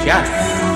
час.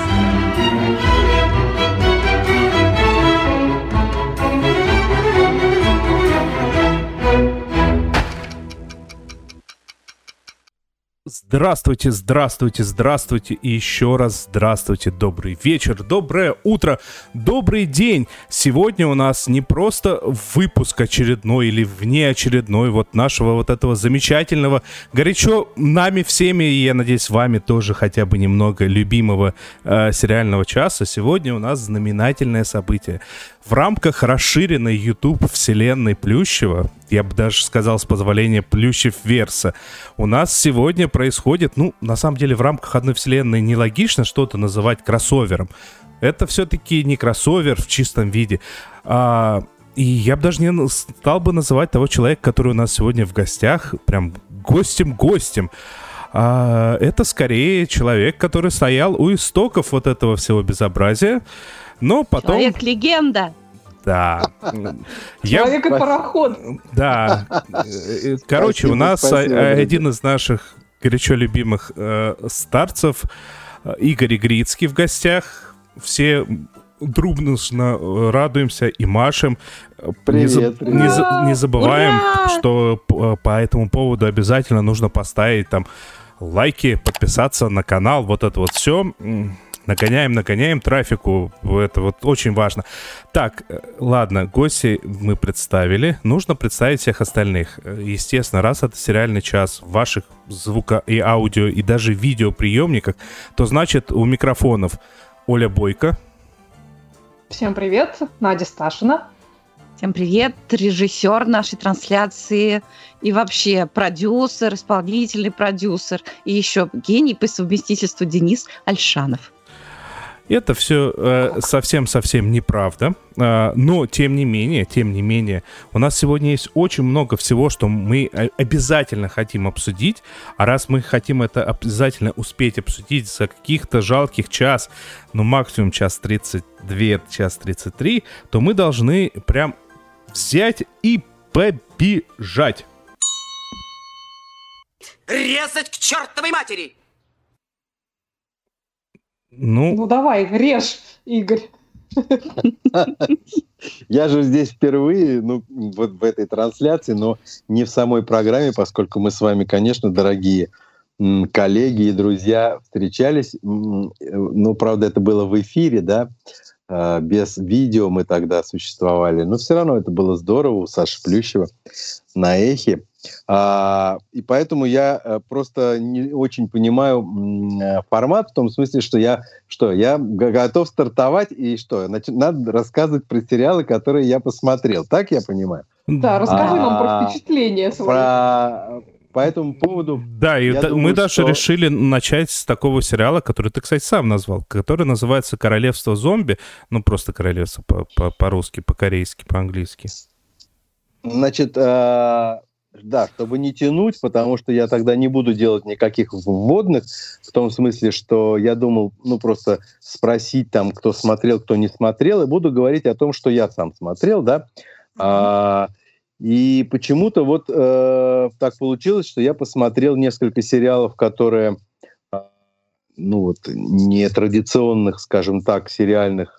Здравствуйте, здравствуйте, здравствуйте и еще раз здравствуйте. Добрый вечер, доброе утро, добрый день. Сегодня у нас не просто выпуск очередной или внеочередной вот нашего вот этого замечательного, горячо нами всеми, и я надеюсь, вами тоже хотя бы немного любимого сериального часа. Сегодня у нас знаменательное событие. В рамках расширенной YouTube-вселенной Плющева, я бы даже сказал, с позволения Плющев-верса, у нас сегодня происходит, на самом деле, в рамках одной вселенной нелогично что-то называть кроссовером. Это все-таки не кроссовер в чистом виде. И я бы даже не стал бы называть того человека, который у нас сегодня в гостях, прям гостем. Это скорее человек, который стоял у истоков вот этого всего безобразия, но потом... Человек-легенда. Да. Человек и пароход. Да. Короче, у нас один из наших горячо любимых старцев, Игорь Игрицкий, в гостях. Все дружно радуемся и машем. Привет. Не забываем, что по этому поводу обязательно нужно поставить там лайки, подписаться на канал, вот это вот все. Нагоняем трафику, это вот очень важно. Так, ладно, гостей мы представили, нужно представить всех остальных. Естественно, раз это сериальный час в ваших звуко- и аудио, и даже видеоприемниках, то значит у микрофонов Оля Бойко. Всем привет, Надя Сташина. Всем привет, режиссер нашей трансляции и вообще продюсер, исполнительный продюсер и еще гений по совместительству Денис Альшанов. Это все совсем неправда, но тем не менее, у нас сегодня есть очень много всего, что мы обязательно хотим обсудить, а раз мы хотим это обязательно успеть обсудить за каких-то жалких час, максимум час 32, час 33, то мы должны прям взять и побежать. Резать к чертовой матери! Ну давай, режь, Игорь. Я же здесь впервые, вот в этой трансляции, но не в самой программе, поскольку мы с вами, конечно, дорогие коллеги и друзья, встречались. Правда, это было в эфире, да, без видео мы тогда существовали, но все равно это было здорово у Саши Плющева на Эхе. И поэтому я просто не очень понимаю формат в том смысле, что я готов стартовать и надо рассказывать про сериалы, которые я посмотрел. Так я понимаю? Да, расскажи нам про впечатления свои. По этому поводу... Да, и мы даже решили начать с такого сериала, который ты, кстати, сам назвал, который называется «Королевство зомби». Просто «Королевство» по-русски, по-корейски, по-английски. Значит... Да, чтобы не тянуть, потому что я тогда не буду делать никаких вводных, в том смысле, что я думал, просто спросить там, кто смотрел, кто не смотрел, и буду говорить о том, что я сам смотрел, да. И почему-то вот так получилось, что я посмотрел несколько сериалов, которые, нетрадиционных, скажем так, сериальных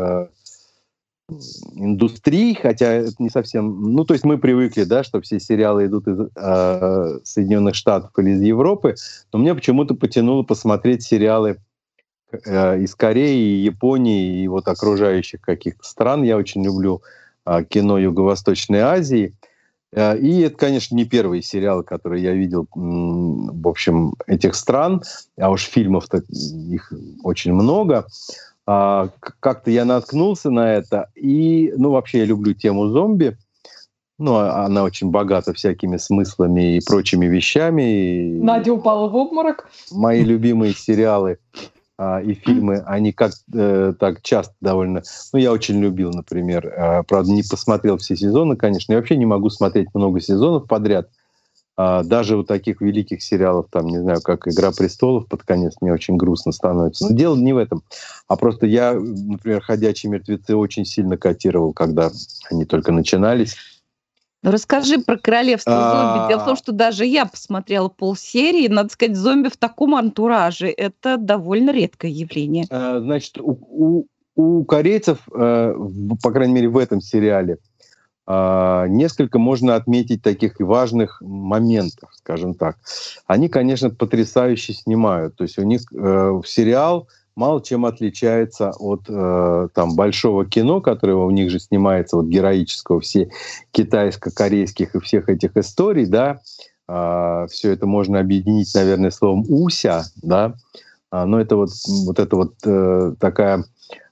индустрий, хотя это не совсем... то есть мы привыкли, да, что все сериалы идут из Соединенных Штатов или из Европы, но мне почему-то потянуло посмотреть сериалы из Кореи, Японии и вот окружающих каких-то стран. Я очень люблю кино Юго-Восточной Азии. И это, конечно, не первые сериалы, которые я видел, в общем, этих стран, а уж фильмов-то их очень много. Как-то я наткнулся на это, и, вообще я люблю тему зомби, она очень богата всякими смыслами и прочими вещами. Надя упала в обморок. Мои любимые сериалы и фильмы, они так часто довольно... я очень любил, например, правда, не посмотрел все сезоны, конечно, я вообще не могу смотреть много сезонов подряд, даже у таких великих сериалов, там, не знаю, как «Игра престолов», под конец мне очень грустно становится. Но дело не в этом. А просто я, например, «Ходячие мертвецы» очень сильно котировал, когда они только начинались. Ну, расскажи про королевство зомби. Дело в том, что даже я посмотрела полсерии. Надо сказать, зомби в таком антураже — это довольно редкое явление. Значит, у корейцев, по крайней мере, в этом сериале, несколько можно отметить таких важных моментов, скажем так. Они, конечно, потрясающе снимают. То есть у них сериал мало чем отличается от там, большого кино, которое у них же снимается, вот героического, все китайско-корейских и всех этих историй, да, все это можно объединить, наверное, словом «уся», да, но это вот такая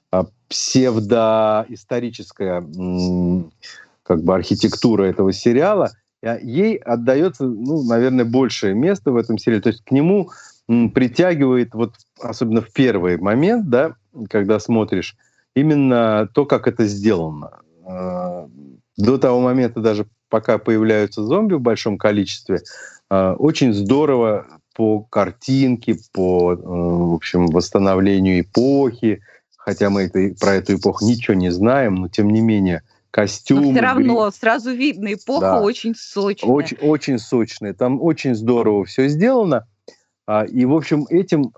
псевдоисторическая как бы архитектура этого сериала, ей отдается, ну, наверное, большее место в этом сериале, то есть к нему притягивает, вот особенно в первый момент, да, когда смотришь, именно то, как это сделано. До того момента, даже пока появляются зомби в большом количестве, очень здорово по картинке, по, в общем, восстановлению эпохи, хотя мы про эту эпоху ничего не знаем, но тем не менее костюмы... Но все равно сразу видно, эпоха да, очень сочная. Очень сочная. Там очень здорово все сделано. И, в общем, этим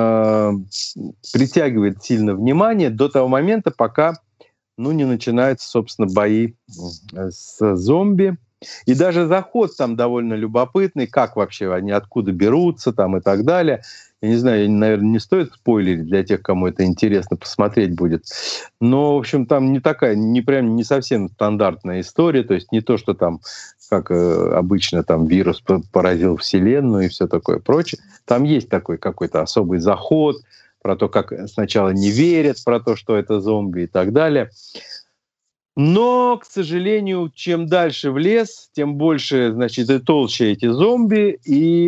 притягивает сильно внимание до того момента, пока не начинаются, собственно, бои с зомби. И даже заход там довольно любопытный, как вообще они откуда берутся там и так далее. Я не знаю, наверное, не стоит спойлерить для тех, кому это интересно, посмотреть будет. Но, в общем, там не совсем стандартная история, то есть не то, что там, как обычно, там вирус поразил Вселенную и все такое прочее. Там есть такой какой-то особый заход про то, как сначала не верят, про то, что это зомби и так далее. Но, к сожалению, чем дальше в лес, тем больше, значит, и толще эти зомби, и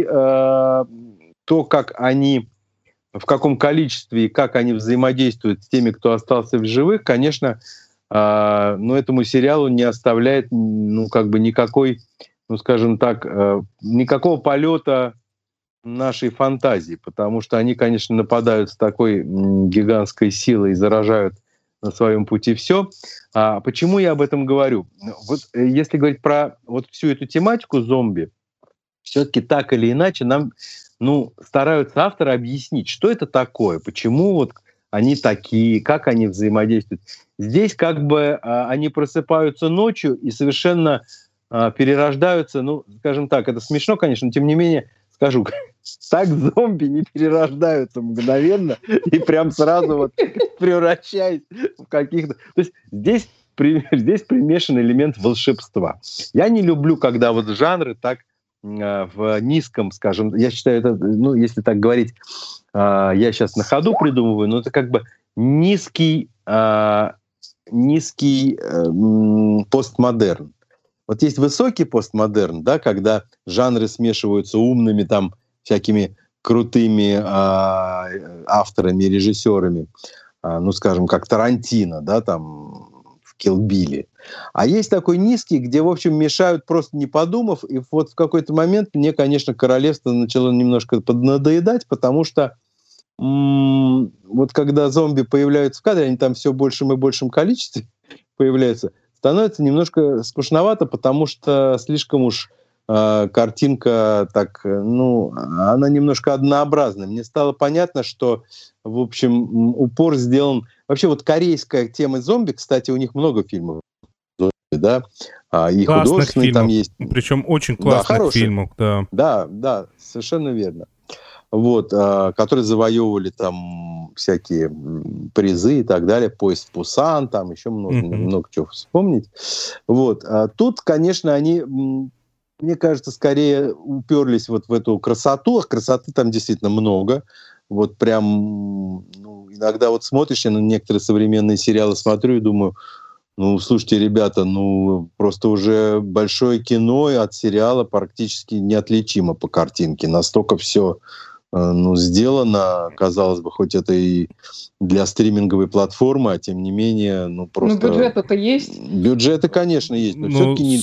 то, как они, в каком количестве и как они взаимодействуют с теми, кто остался в живых, конечно, этому сериалу не оставляет, никакой, скажем так, никакого полета нашей фантазии, потому что они, конечно, нападают с такой гигантской силой и заражают на своем пути все. Почему я об этом говорю? Вот если говорить про вот всю эту тематику зомби, все-таки так или иначе нам стараются авторы объяснить, что это такое, почему вот они такие, как они взаимодействуют. Здесь как бы они просыпаются ночью и совершенно перерождаются, скажем так, это смешно, конечно, но тем не менее, скажу, так зомби не перерождаются мгновенно и прям сразу вот превращаясь в каких-то... То есть здесь примешан элемент волшебства. Я не люблю, когда вот жанры так в низком, скажем, я считаю, это, если так говорить, я сейчас на ходу придумываю, но это как бы низкий постмодерн. Вот есть высокий постмодерн, да, когда жанры смешиваются умными там всякими крутыми авторами, режиссерами, скажем, как Тарантино, да, там в «Килл Билле». А есть такой низкий, где, в общем, мешают просто не подумав, и вот в какой-то момент мне, конечно, «Королевство» начало немножко поднадоедать, потому что вот когда зомби появляются в кадре, они там все в большем и большем количестве появляются, становится немножко скучновато, потому что слишком уж картинка так, она немножко однообразная. Мне стало понятно, что, в общем, упор сделан... Вообще вот корейская тема зомби, кстати, у них много фильмов, да, и классных художественные фильмов, там есть. Причем очень классных фильмов, да. Да, совершенно верно. Вот, которые завоевывали там всякие призы и так далее, «Поезд в Пусан», там еще много чего вспомнить. Вот. Тут, конечно, они, мне кажется, скорее уперлись вот в эту красоту, а красоты там действительно много. Вот прям, иногда вот смотришь, я на некоторые современные сериалы смотрю и думаю, слушайте, ребята, просто уже большое кино от сериала практически неотличимо по картинке. Настолько все сделано, казалось бы, хоть это и для стриминговой платформы, а тем не менее, просто... бюджет-то есть? Бюджеты, конечно, есть, но все-таки не...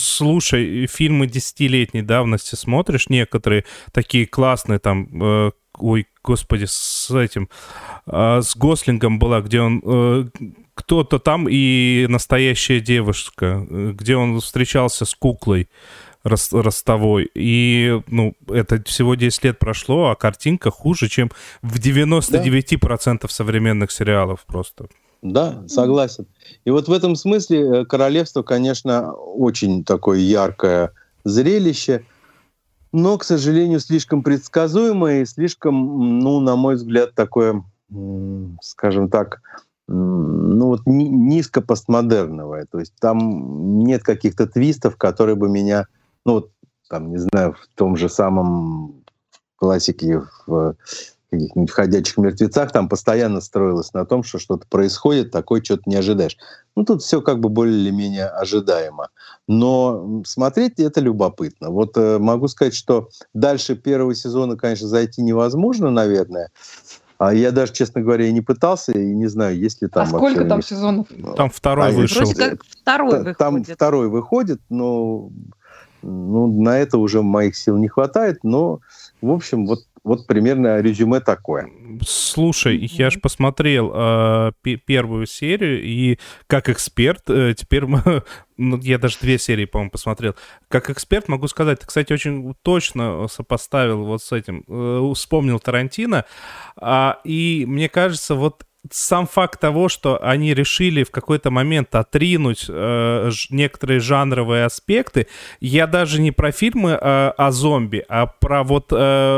Слушай, фильмы 10-летней давности смотришь, некоторые такие классные, там, ой, господи, с этим, с Гослингом была, где он... кто-то там и настоящая девушка, где он встречался с куклой ростовой. И, это всего 10 лет прошло, а картинка хуже, чем в 99% современных сериалов просто. Да, согласен. И вот в этом смысле «Королевство», конечно, очень такое яркое зрелище, но, к сожалению, слишком предсказуемое и слишком, на мой взгляд, такое, скажем так, низко постмодерновое. То есть там нет каких-то твистов, которые бы меня, не знаю, в том же самом классике, в каких-нибудь «Ходячих мертвецах», там постоянно строилось на том, что что-то происходит, такое что-то не ожидаешь. Тут все как бы более или менее ожидаемо. Но смотреть это любопытно. Вот могу сказать, что дальше первого сезона, конечно, зайти невозможно, наверное. А я даже, честно говоря, и не пытался, и не знаю, есть ли там... А сколько там сезонов? Там второй вышел. Вроде как второй выходит. Там второй выходит, но на это уже моих сил не хватает. Но, в общем, вот примерно резюме такое. Слушай, я же посмотрел первую серию, и как эксперт, теперь я даже 2 серии, по-моему, посмотрел. Как эксперт могу сказать, ты, кстати, очень точно сопоставил вот с этим, вспомнил Тарантино, и мне кажется, вот сам факт того, что они решили в какой-то момент отринуть некоторые жанровые аспекты, я даже не про фильмы о зомби, а про вот...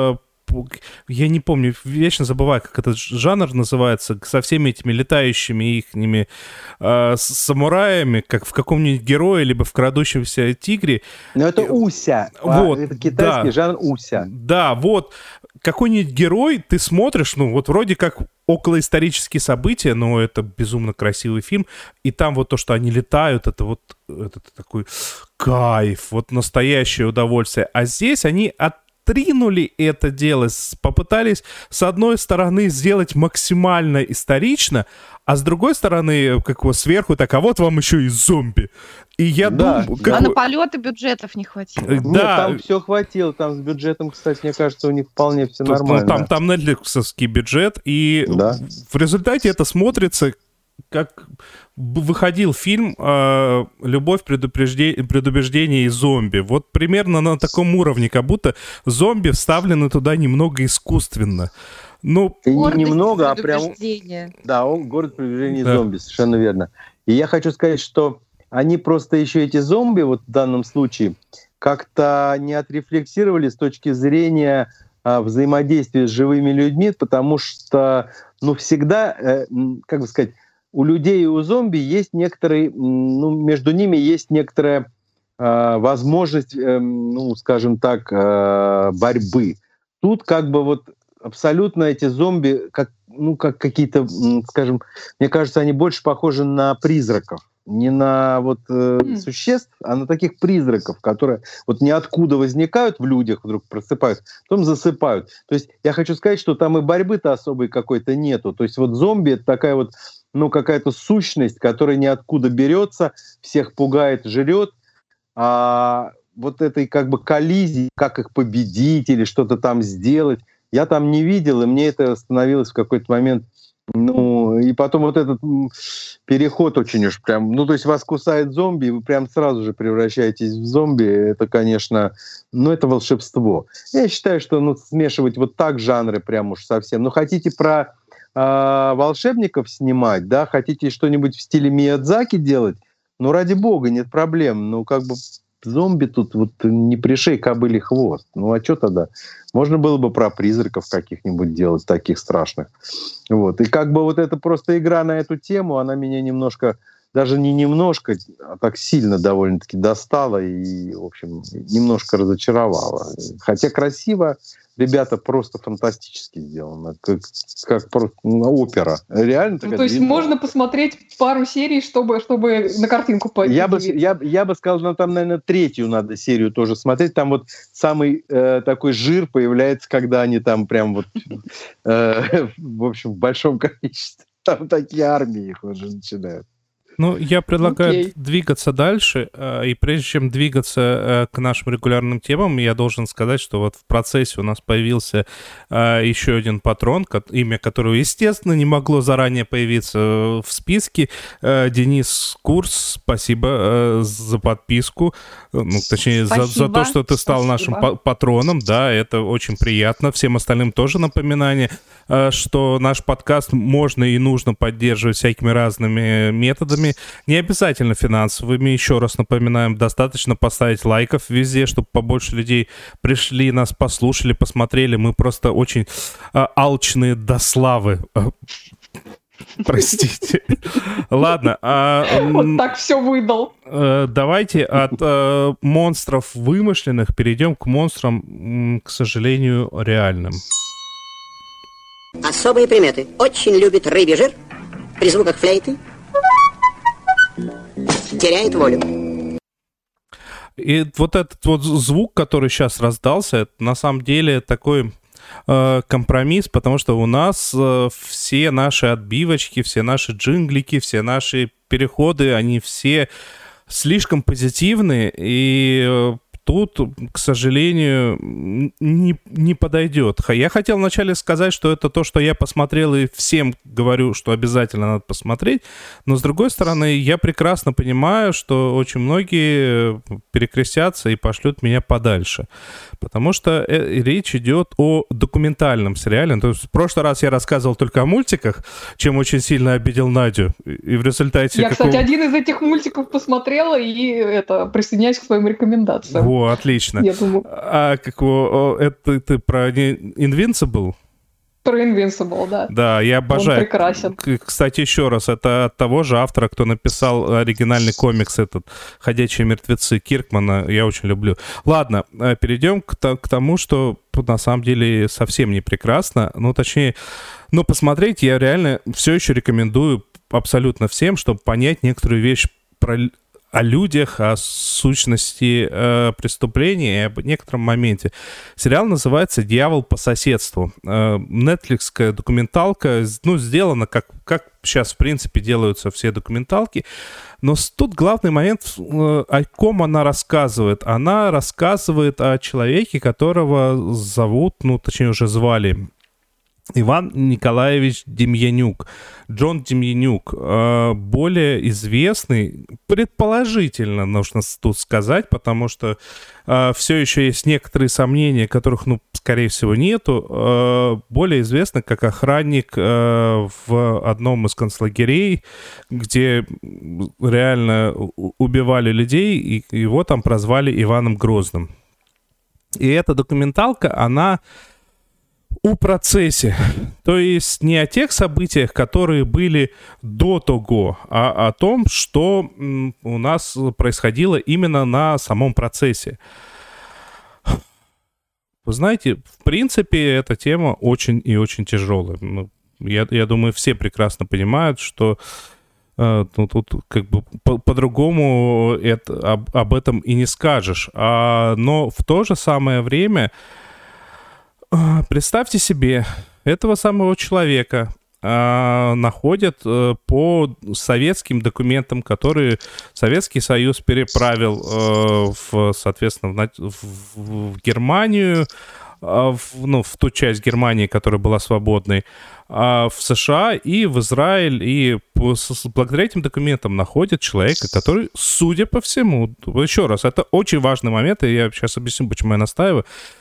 я не помню, вечно забываю, как этот жанр называется, со всеми этими летающими ихними самураями, как в каком-нибудь герое, либо в крадущемся тигре. Но это уся. Вот, это китайский жанр уся. Да, вот. Какой-нибудь герой ты смотришь, вот вроде как околоисторические события, но это безумно красивый фильм, и там вот то, что они летают, это такой кайф, вот настоящее удовольствие. А здесь они оттринули это дело, попытались с одной стороны сделать максимально исторично, а с другой стороны, как его сверху, так, а вот вам еще и зомби. И я думаю... А на полеты бюджетов не хватило. Нет, там все хватило, там с бюджетом, кстати, мне кажется, у них вполне все нормально. Там Netflix-овский бюджет, и в результате это смотрится, как выходил фильм «Любовь, предубеждение и зомби». Вот примерно на таком уровне, как будто зомби вставлены туда немного искусственно. Не немного, а прям... Да, «Город предубеждения и зомби», совершенно верно. И я хочу сказать, что они просто еще эти зомби, вот в данном случае, как-то не отрефлексировали с точки зрения взаимодействия с живыми людьми, потому что, всегда, как бы сказать, у людей и у зомби есть некоторые, между ними есть некоторая возможность, скажем так, борьбы. Тут как бы вот абсолютно эти зомби, как какие-то, скажем, мне кажется, они больше похожи на призраков. Не на существ, а на таких призраков, которые вот ниоткуда возникают в людях, вдруг просыпаются, потом засыпают. То есть я хочу сказать, что там и борьбы-то особой какой-то нету. То есть вот зомби — это такая вот, какая-то сущность, которая ниоткуда берется, всех пугает, жрет. А вот этой как бы коллизии, как их победить или что-то там сделать, я там не видел, и мне это становилось в какой-то момент... и потом вот этот переход очень уж прям... то есть вас кусает зомби, и вы прям сразу же превращаетесь в зомби. Это, конечно... это волшебство. Я считаю, что смешивать вот так жанры прям уж совсем... хотите про волшебников снимать, да, хотите что-нибудь в стиле Миядзаки делать, ради бога, нет проблем. Как бы зомби тут вот не пришей кобыле хвост. А что тогда? Можно было бы про призраков каких-нибудь делать, таких страшных. Вот. И как бы вот это просто игра на эту тему, она меня немножко, даже не немножко, а так сильно довольно-таки достала и, в общем, немножко разочаровала. Хотя красиво, ребята, просто фантастически сделано. Как просто опера. Реально такая. То есть можно посмотреть пару серий, чтобы на картинку пойти. Я бы сказал, там, наверное, 3-ю надо серию тоже смотреть. Там вот самый такой жир появляется, когда они там прям вот, в общем, в большом количестве. Там такие армии их уже начинают. Ну, я предлагаю двигаться дальше, и прежде чем двигаться к нашим регулярным темам, я должен сказать, что вот в процессе у нас появился еще один патрон, имя которого, естественно, не могло заранее появиться в списке. Денис Курс, спасибо за подписку, ну, точнее, за то, что ты стал нашим патроном, да, это очень приятно. Всем остальным тоже напоминание, что наш подкаст можно и нужно поддерживать всякими разными методами, не обязательно финансовыми. Еще раз напоминаем, достаточно поставить лайков везде, чтобы побольше людей пришли, нас послушали, посмотрели. Мы просто очень алчные до славы. Простите. Ладно. Вот так все выдал. Давайте от монстров вымышленных перейдем к монстрам, к сожалению, реальным. Особые приметы. Очень любит рыбий жир. При звуках флейты теряет волю. И вот этот вот звук, который сейчас раздался, это на самом деле такой компромисс, потому что у нас все наши отбивочки, все наши джинглики, все наши переходы, они все слишком позитивные, и тут, к сожалению, не подойдет. Я хотел вначале сказать, что это то, что я посмотрел, и всем говорю, что обязательно надо посмотреть, но, с другой стороны, я прекрасно понимаю, что очень многие перекрестятся и пошлют меня подальше, потому что речь идет о документальном сериале. То есть в прошлый раз я рассказывал только о мультиках, чем очень сильно обидел Надю, и в результате... Я, кстати, один из этих мультиков посмотрела и присоединяюсь к своим рекомендациям. О, отлично. Я думаю... Это ты про Invincible? Про Invincible, да. Да, я обожаю. Он прекрасен. Кстати, еще раз, это от того же автора, кто написал оригинальный комикс этот «Ходячие мертвецы» Киркмана. Я очень люблю. Ладно, перейдем к тому, что на самом деле совсем не прекрасно. Ну, точнее, посмотреть я реально все еще рекомендую абсолютно всем, чтобы понять некоторую вещь о людях, о сущности преступления и об некотором моменте. Сериал называется «Дьявол по соседству». Netflix-ская документалка, сделана, как сейчас, в принципе, делаются все документалки. Но тут главный момент, о ком она рассказывает. Она рассказывает о человеке, которого зовут, точнее, уже звали Иван Николаевич Демьянюк, Джон Демьянюк, более известный, предположительно, нужно тут сказать, потому что все еще есть некоторые сомнения, которых, скорее всего, нету, более известный как охранник в одном из концлагерей, где реально убивали людей, и его там прозвали Иваном Грозным. И эта документалка, она о процессе, то есть не о тех событиях, которые были до того, а о том, что у нас происходило именно на самом процессе. Вы знаете, в принципе, эта тема очень и очень тяжелая. Я думаю, все прекрасно понимают, что тут как бы по-другому об этом и не скажешь. Но в то же самое время представьте себе, этого самого человека находят по советским документам, которые Советский Союз переправил, соответственно, в Германию, в ту часть Германии, которая была свободной, в США и в Израиль. И благодаря этим документам находят человека, который, судя по всему, еще раз, это очень важный момент, и я сейчас объясню, почему я настаиваю,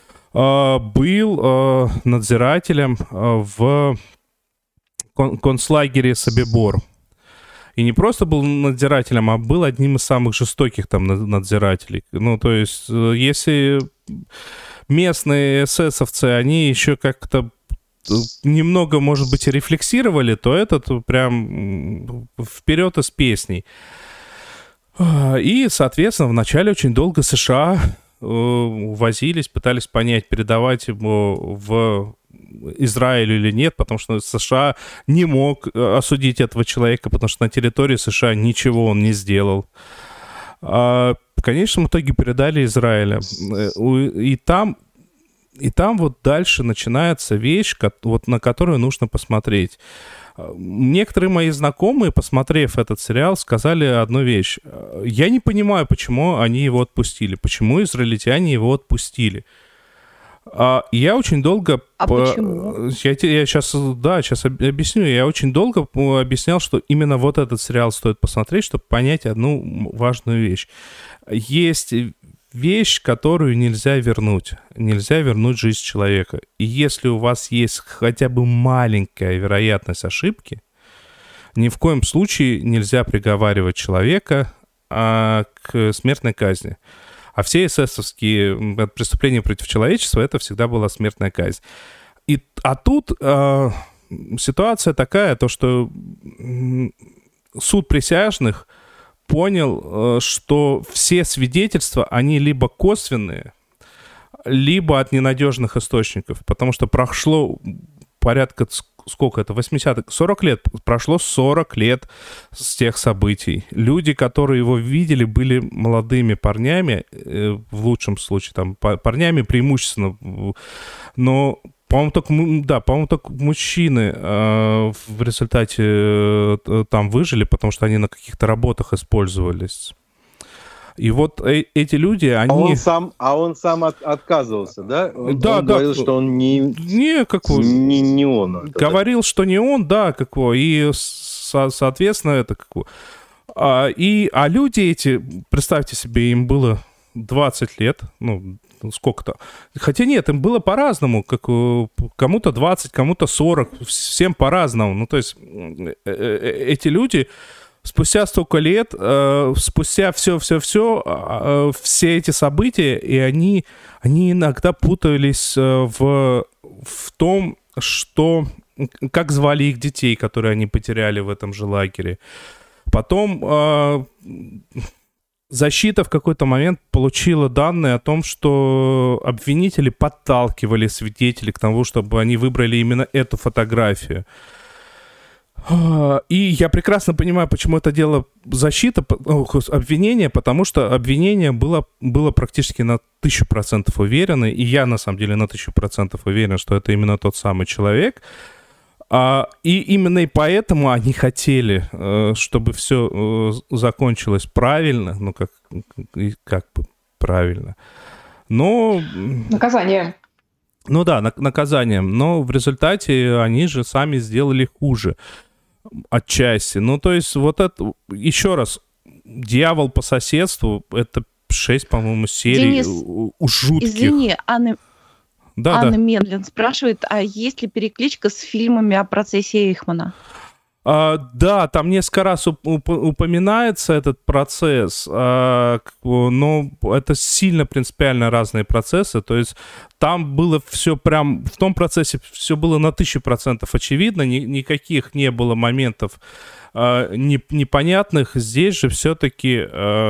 был надзирателем в концлагере Собибор. И не просто был надзирателем, а был одним из самых жестоких там надзирателей. То есть, если местные эсэсовцы, они еще как-то немного, может быть, и рефлексировали, то этот прям вперед из песней. И, соответственно, вначале очень долго США возились, пытались понять, передавать его в Израиль или нет, потому что США не мог осудить этого человека, потому что на территории США ничего он не сделал. В конечном итоге передали Израилю. И там И там вот дальше начинается вещь, вот на которую нужно посмотреть. Некоторые мои знакомые, посмотрев этот сериал, сказали одну вещь. Я не понимаю, почему они его отпустили, почему израильтяне его отпустили. Я очень долго... Почему? Я сейчас объясню. Я очень долго объяснял, что именно вот этот сериал стоит посмотреть, чтобы понять одну важную вещь. Есть вещь, которую нельзя вернуть. Нельзя вернуть жизнь человека. И если у вас есть хотя бы маленькая вероятность ошибки, ни в коем случае нельзя приговаривать человека к смертной казни. А все эсэсовские преступления против человечества — это всегда была смертная казнь. Тут ситуация такая, то что суд присяжных понял, что все свидетельства, они либо косвенные, либо от ненадежных источников, потому что прошло порядка, сколько это, 80-х, 40 лет, прошло 40 лет с тех событий. Люди, которые его видели, были молодыми парнями, в лучшем случае, там, парнями преимущественно, но, по-моему, только мужчины в результате там выжили, потому что они на каких-то работах использовались. И вот эти люди, они... Он сам отказывался, да? Он говорил, что он не он. Говорил, что не он, да, и, соответственно, это А люди эти, представьте себе, им было 20 лет, сколько-то. Хотя нет, им было по-разному, кому-то 20, кому-то 40, всем по-разному. То есть эти люди спустя столько лет, спустя все эти события, и они иногда путались в том, как звали их детей, которые они потеряли в этом же лагере. Потом защита в какой-то момент получила данные о том, что обвинители подталкивали свидетелей к тому, чтобы они выбрали именно эту фотографию. И я прекрасно понимаю, почему это дело защита, обвинение, потому что обвинение было практически на 1000% уверено, и я на самом деле на 1000% уверен, что это именно тот самый человек. И именно и поэтому они хотели, чтобы все закончилось правильно, как бы правильно. Но... Наказанием. Наказанием. Но в результате они же сами сделали хуже. Отчасти. То есть вот это... Еще раз. «Дьявол по соседству» — это 6, по-моему, серий. Денис, жутких. Извини, Анна Да. Менлин спрашивает, а есть ли перекличка с фильмами о процессе Эйхмана? Да, там несколько раз упоминается этот процесс, но это сильно принципиально разные процессы. То есть там было все прям... В том процессе все было на 1000% очевидно, никаких не было моментов непонятных. Здесь же все-таки...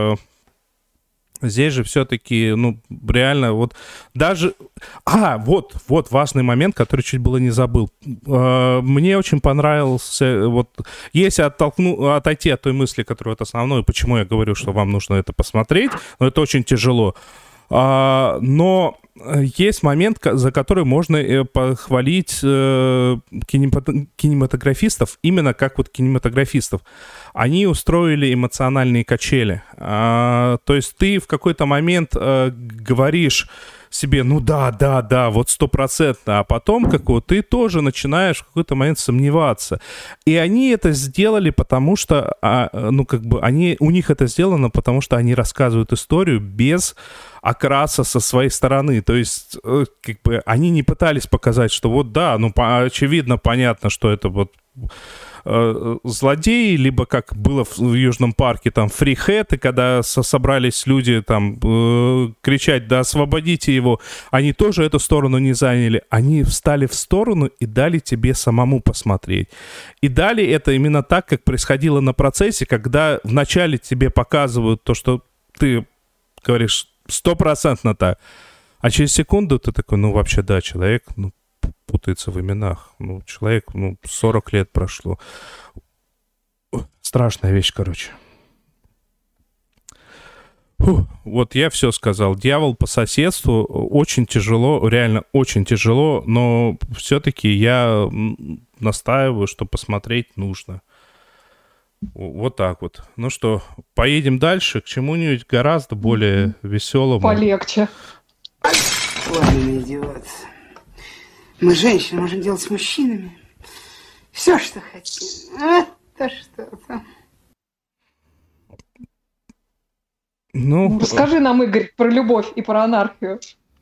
реально, вот даже... Вот важный момент, который чуть было не забыл. Мне очень понравился... Вот, если отойти от той мысли, которая вот основной, почему я говорю, что вам нужно это посмотреть, но это очень тяжело. Но есть момент, за который можно похвалить кинематографистов, именно как вот кинематографистов. Они устроили эмоциональные качели. То есть ты в какой-то момент говоришь себе, да, вот 100%, а потом ты тоже начинаешь в какой-то момент сомневаться. И они это сделали, потому что, у них это сделано, потому что они рассказывают историю без окраса со своей стороны. То есть, они не пытались показать, что очевидно, понятно, что это вот злодеи, либо как было в Южном парке, там, фрихеты, когда собрались люди там кричать, да освободите его, они тоже эту сторону не заняли, они встали в сторону и дали тебе самому посмотреть. И дали это именно так, как происходило на процессе, когда вначале тебе показывают то, что ты говоришь 100% так, а через секунду ты такой, вообще да, человек, путается в именах. Человек, 40 лет прошло. Страшная вещь, короче. Вот я все сказал. «Дьявол по соседству» очень тяжело, реально очень тяжело, но все-таки я настаиваю, что посмотреть нужно. Вот так вот. Ну что, поедем дальше к чему-нибудь гораздо более веселому. Полегче. Ладно, идиот. Мы, женщины, можем делать с мужчинами все, что хотим. То что-то. Ну, расскажи нам, Игорь, про любовь и про анархию.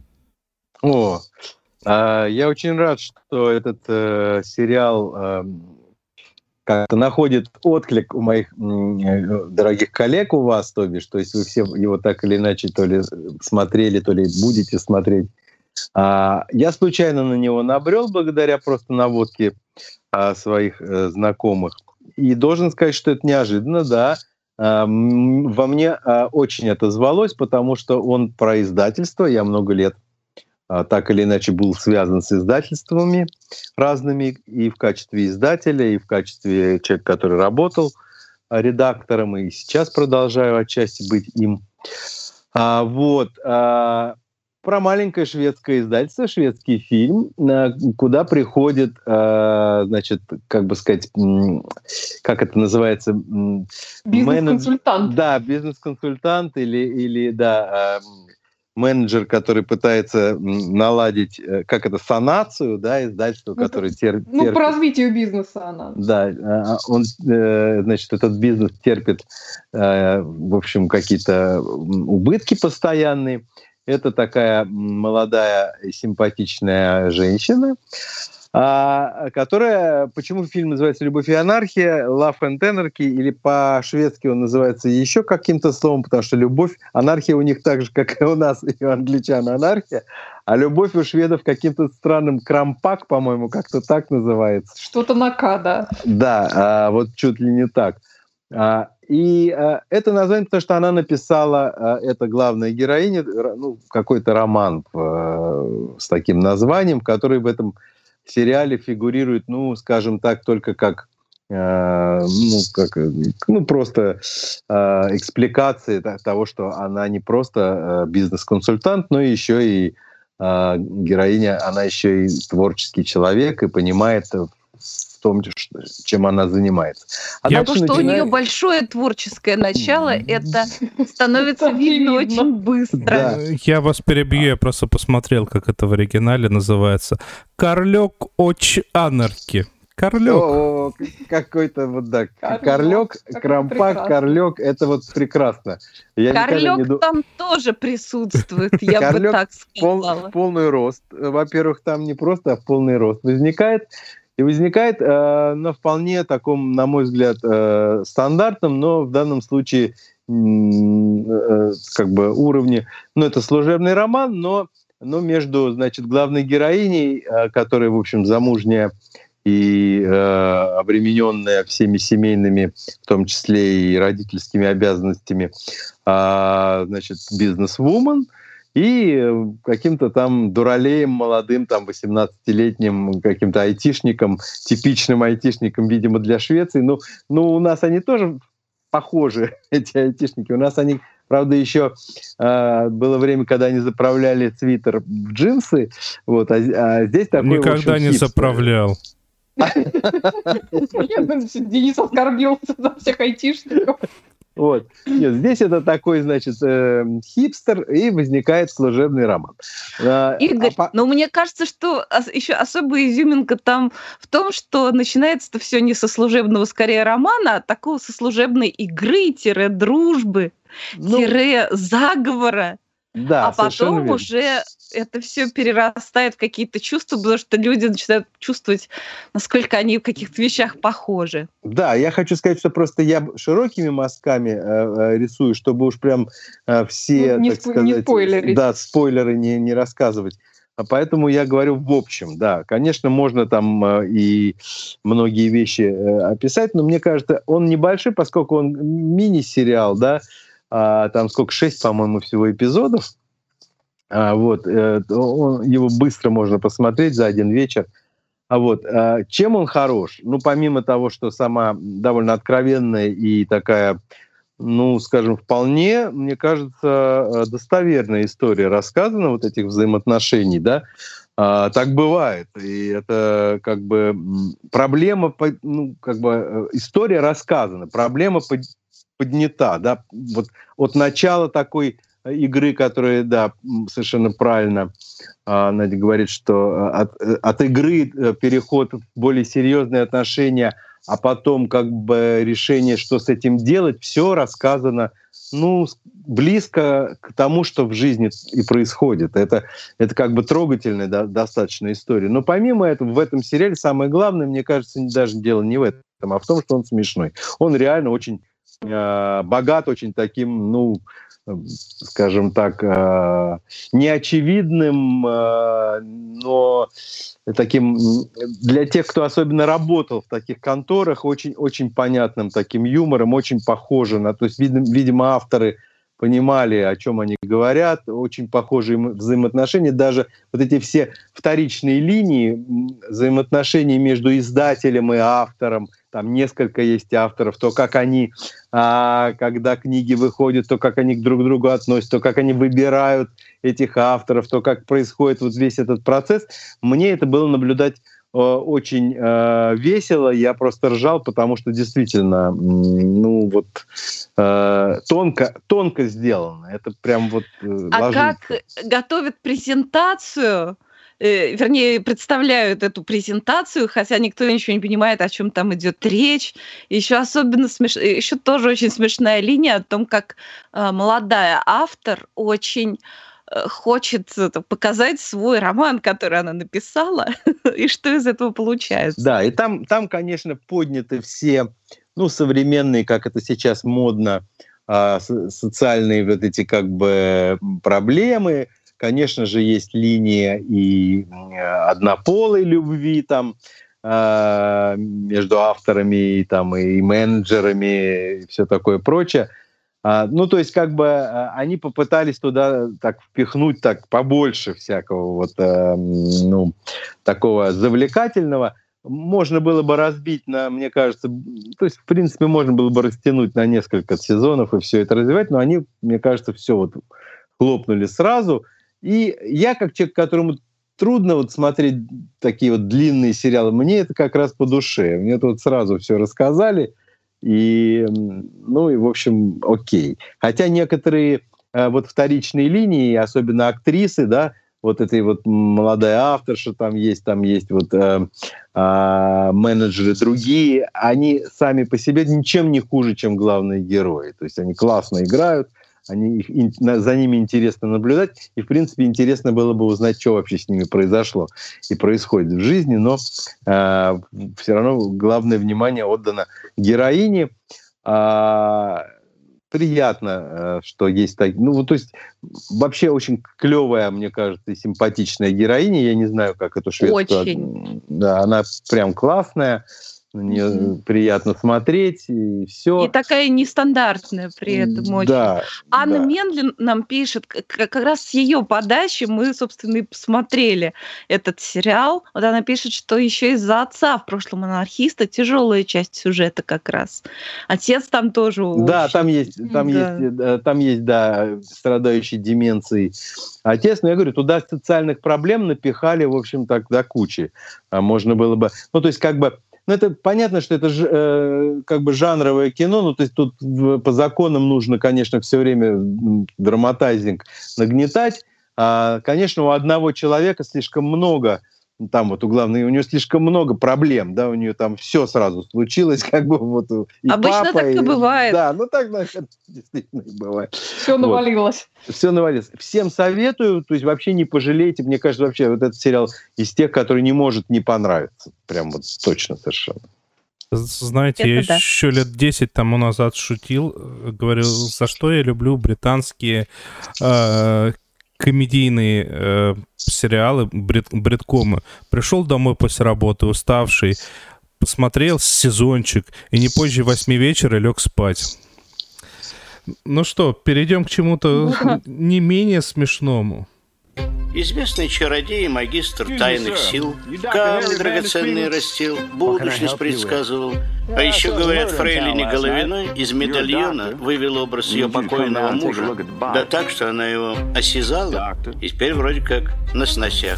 Я очень рад, что этот сериал как-то находит отклик у моих дорогих коллег у вас, то бишь, то есть вы все его так или иначе то ли смотрели, то ли будете смотреть. Я случайно на него набрел благодаря просто наводке своих знакомых. И должен сказать, что это неожиданно, да. Во мне очень отозвалось, потому что он про издательство. Я много лет так или иначе был связан с издательствами разными и в качестве издателя, и в качестве человека, который работал редактором, и сейчас продолжаю отчасти быть им. Про маленькое шведское издательство, шведский фильм, куда приходит, значит, как бы сказать, как это называется? Бизнес-консультант. Да, бизнес-консультант или менеджер, который пытается наладить, как это, санацию, да, издательства, которое терпит... Ну, по развитию бизнеса она. Да, он, значит, этот бизнес терпит, в общем, какие-то убытки постоянные. Это такая молодая симпатичная женщина, которая... Почему фильм называется «Любовь и анархия», «Love and Anarchy», или по-шведски он называется еще каким-то словом, потому что любовь, анархия у них так же, как и у нас, и у англичан анархия, а любовь у шведов каким-то странным крампак, по-моему, как-то так называется. Что-то на «К», да. Да, вот чуть ли не так. И это название, потому что она написала, это главная героиня, какой-то роман с таким названием, который в этом сериале фигурирует, скажем так, только как, просто экспликации того, что она не просто бизнес-консультант, но еще и героиня, она еще и творческий человек и понимает в том, чем она занимается. Что у нее большое творческое начало, это становится видно очень быстро. Да. Я вас перебью, я просто посмотрел, как это в оригинале называется. «Карлёк оч анарки». Карлёк. Какой-то вот, да. Карлёк, крампак, карлёк, это вот прекрасно. Карлёк там тоже присутствует, я бы так сказала. В полный рост. Во-первых, там не просто, а в полный рост возникает. И возникает на вполне таком, на мой взгляд, стандартном, но в данном случае как бы уровне, это служебный роман, но между, значит, главной героиней, которая, в общем, замужняя и обремененная всеми семейными, в том числе и родительскими обязанностями, значит, бизнес-вумен, и каким-то там дуралеем молодым, там, 18-летним каким-то айтишником, типичным айтишником, видимо, для Швеции. У нас они тоже похожи, эти айтишники. У нас они, правда, еще было время, когда они заправляли свитер в джинсы, вот, а здесь такой... Никогда не заправлял. Денис оскорбился за всех айтишников. Вот. Нет, здесь это такой, значит, хипстер, и возникает служебный роман. Игорь, но мне кажется, что еще особая изюминка там в том, что начинается-то все не со служебного, скорее, романа, а такого со служебной игры, дружбы, заговора. Да, а потом уже это все перерастает в какие-то чувства, потому что люди начинают чувствовать, насколько они в каких-то вещах похожи. Да, я хочу сказать, что просто я широкими мазками рисую, чтобы уж прям все, так сказать, спойлеры не рассказывать. А поэтому я говорю в общем, да. Конечно, можно там и многие вещи описать, но мне кажется, он небольшой, поскольку он мини-сериал, да, там сколько, 6, по-моему, всего эпизодов. Его быстро можно посмотреть за один вечер. Чем он хорош? Помимо того, что сама довольно откровенная и такая, ну, скажем, вполне, мне кажется, достоверная история рассказана вот этих взаимоотношений, да. Так бывает, и это как бы проблема, ну, как бы история рассказана, проблема поднята, да, вот от начала такой игры, которая, да, совершенно правильно Надя говорит, что от игры переход в более серьезные отношения, а потом как бы решение, что с этим делать, все рассказано, ну, близко к тому, что в жизни и происходит. Это как бы трогательная достаточно история. Но помимо этого, в этом сериале самое главное, мне кажется, даже дело не в этом, а в том, что он смешной. Он реально очень богат, очень таким, ну, скажем так, неочевидным, но таким для тех, кто особенно работал в таких конторах, очень понятным таким юмором, очень похоже на... То есть, видимо, авторы понимали, о чем они говорят, очень похожие взаимоотношения, даже вот эти все вторичные линии взаимоотношений между издателем и автором, там несколько есть авторов, то как они, когда книги выходят, то как они друг к другу относятся, то как они выбирают этих авторов, то как происходит вот весь этот процесс. Мне это было наблюдать очень весело, я просто ржал, потому что действительно, ну вот, тонко сделано. Это прям вот ложится. Как готовят презентацию, вернее, представляют эту презентацию, хотя никто ничего не понимает, о чем там идет речь. Еще особенно еще тоже очень смешная линия о том, как молодая автор очень хочет показать свой роман, который она написала, и что из этого получается. Да, и там, конечно, подняты все, ну, современные, как это сейчас модно, социальные вот эти как бы проблемы. Конечно же, есть линия и однополой любви там между авторами и менеджерами и все такое прочее. Ну, то есть, как бы они попытались туда так впихнуть так побольше всякого вот, ну, такого завлекательного. Можно было бы разбить на, мне кажется, то есть, в принципе, можно было бы растянуть на несколько сезонов и все это развивать, но они, мне кажется, все вот хлопнули сразу. И я, как человек, которому трудно вот смотреть такие вот длинные сериалы, мне это как раз по душе. Мне тут сразу все рассказали. И, ну, и, в общем, окей. Хотя некоторые вот вторичные линии, особенно актрисы, да, вот этой вот молодая авторша там есть вот менеджеры другие, они сами по себе ничем не хуже, чем главные герои. То есть они классно играют, за ними интересно наблюдать, и, в принципе, интересно было бы узнать, что вообще с ними произошло и происходит в жизни, но все равно главное внимание отдано героине. Приятно, что есть так. Ну, то есть, вообще очень клевая, мне кажется, и симпатичная героиня. Я не знаю, как эту шведскую... Очень. Да, она прям классная. На нее приятно смотреть, и все. И такая нестандартная при этом очень. Да, Анна Мендлин нам пишет, как раз с ее подачи мы, собственно, и посмотрели этот сериал. Вот она пишет, что еще из-за отца в прошлом анархиста тяжелая часть сюжета как раз. Отец там тоже... Да, там есть, страдающий деменцией отец. Но я говорю, туда социальных проблем напихали, в общем, так до кучи. Можно было бы... Ну, то есть, как бы... Ну, это понятно, что это как бы жанровое кино, ну, то есть тут по законам нужно, конечно, все время драматайзинг нагнетать. Конечно, у одного человека слишком много, там вот у главной, у нее слишком много проблем, да, у нее там все сразу случилось, как бы вот и обычно папа, так и бывает. Да, ну так, значит, действительно и бывает. Все навалилось. Вот. Все навалилось. Всем советую, то есть вообще не пожалейте, мне кажется, вообще вот этот сериал из тех, который не может не понравиться, прям вот точно совершенно. Знаете, я еще лет 10 тому назад шутил, говорил, за что я люблю британские комедийные сериалы, бриткомы. Пришел домой после работы, уставший, посмотрел сезончик, и не позже 8 вечера лег спать. Ну что, перейдем к чему-то не менее смешному. Известный чародей и магистр тайных сил, камни драгоценные растил, будущность предсказывал. А еще, говорят, фрейлине Головиной из медальона вывел образ ее покойного мужа. Да так, что она его осязала, и теперь вроде как на сносях.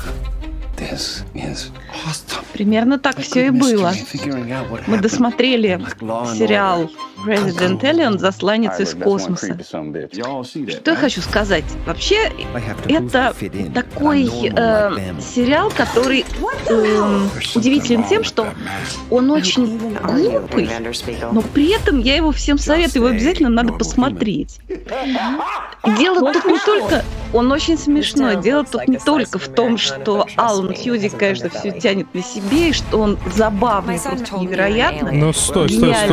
Примерно так все и было. Мы досмотрели сериал Resident Alien «Засланец из космоса». Что я хочу сказать? Вообще, это такой сериал, который удивителен тем, что он очень глупый, но при этом я его всем советую, его обязательно надо посмотреть. Дело тут не только... Он очень смешной. Дело тут не только в том, что Алан Тьюдик, конечно, все тянет на себе, и что он забавный, просто невероятно. Ну, стой.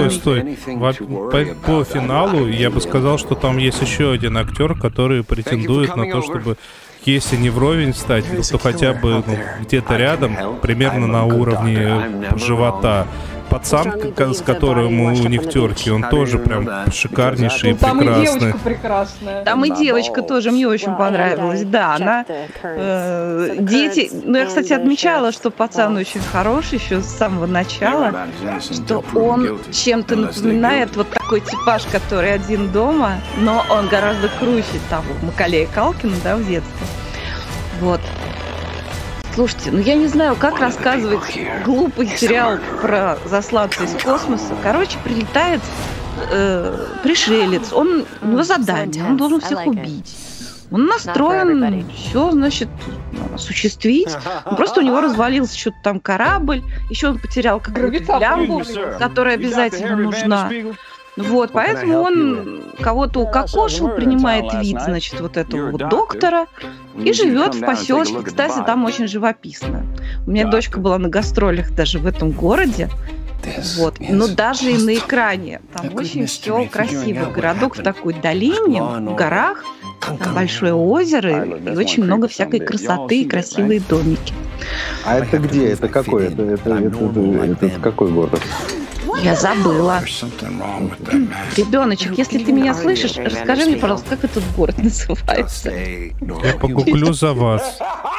По финалу я бы сказал, что там есть еще один актер, который претендует на то, чтобы, если не вровень стать, то хотя бы где-то рядом, примерно на уровне живота. Пацан, с которым у них терки, он тоже прям шикарнейший и прекрасный. Там и девочка прекрасная. Там и девочка тоже мне очень понравилась. Да, она... дети... Ну, я, кстати, отмечала, что пацан очень хороший еще с самого начала, что он чем-то напоминает вот такой типаж, который один дома, но он гораздо круче того Маколея Калкина, да, в детстве. Вот. Слушайте, ну я не знаю, как рассказывать глупый сериал про засланца из космоса. Короче, прилетает пришелец, у него задание, он должен всех убить. Он настроен все, значит, осуществить. Просто у него развалился что-то там корабль, еще он потерял какую-то лямбу, которая обязательно нужна. Вот, поэтому он кого-то укокошил, принимает вид, значит, вот этого вот доктора и живет в поселке. Кстати, там очень живописно. У меня дочка была на гастролях даже в этом городе. Вот. Но даже и на экране. Там очень все красиво. Городок в такой долине, в горах. Там большое озеро и очень много всякой красоты и красивые домики. А это где? Это какой? Это какой город? Я забыла. Ребеночек, если ты меня слышишь, расскажи мне, пожалуйста, как этот город называется. Я погуглю за вас.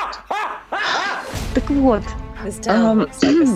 Так вот. Что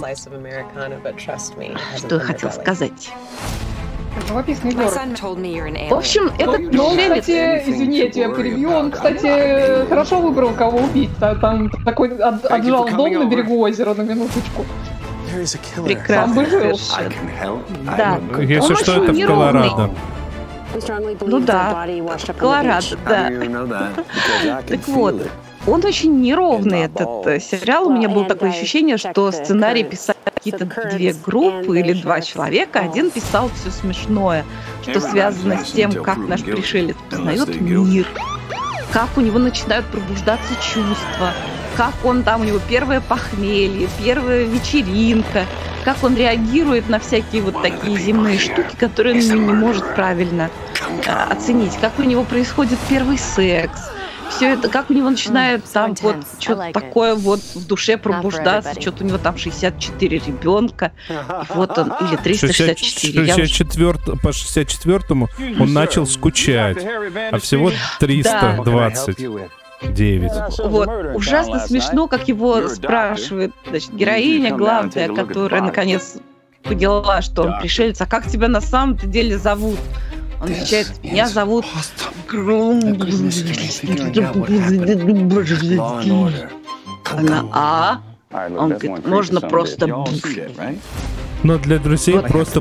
я хотела сказать? Живописный город. В общем, этот пришелец... кстати, извини, я тебя перебью, он, кстати, хорошо выбрал, кого убить. Там такой отжал дом на берегу озера, на минуточку. Прекрасно. Да. Если что, это в Колорадо. Ну да, Колорадо, да. Так вот, он очень неровный, этот сериал. У меня было такое ощущение, что сценарий писали какие-то две группы или два человека. Один писал все смешное, что связано с тем, как наш пришелец познает мир, как у него начинают пробуждаться чувства, как он там, у него первое похмелье, первая вечеринка, как он реагирует на всякие вот такие земные штуки, которые он не может правильно оценить, как у него происходит первый секс. Все это, как у него начинает там вот что-то такое вот в душе пробуждаться, что-то у него там 64 ребенка, и вот он, или 364. По 64-му он начал скучать, а всего 329. Вот, ужасно смешно, как его спрашивает, значит, героиня главная, которая наконец поняла, что он пришелец, а как тебя на самом-то деле зовут? Он отвечает, меня зовут... Она, Он говорит, можно просто... Но для друзей вот. Просто...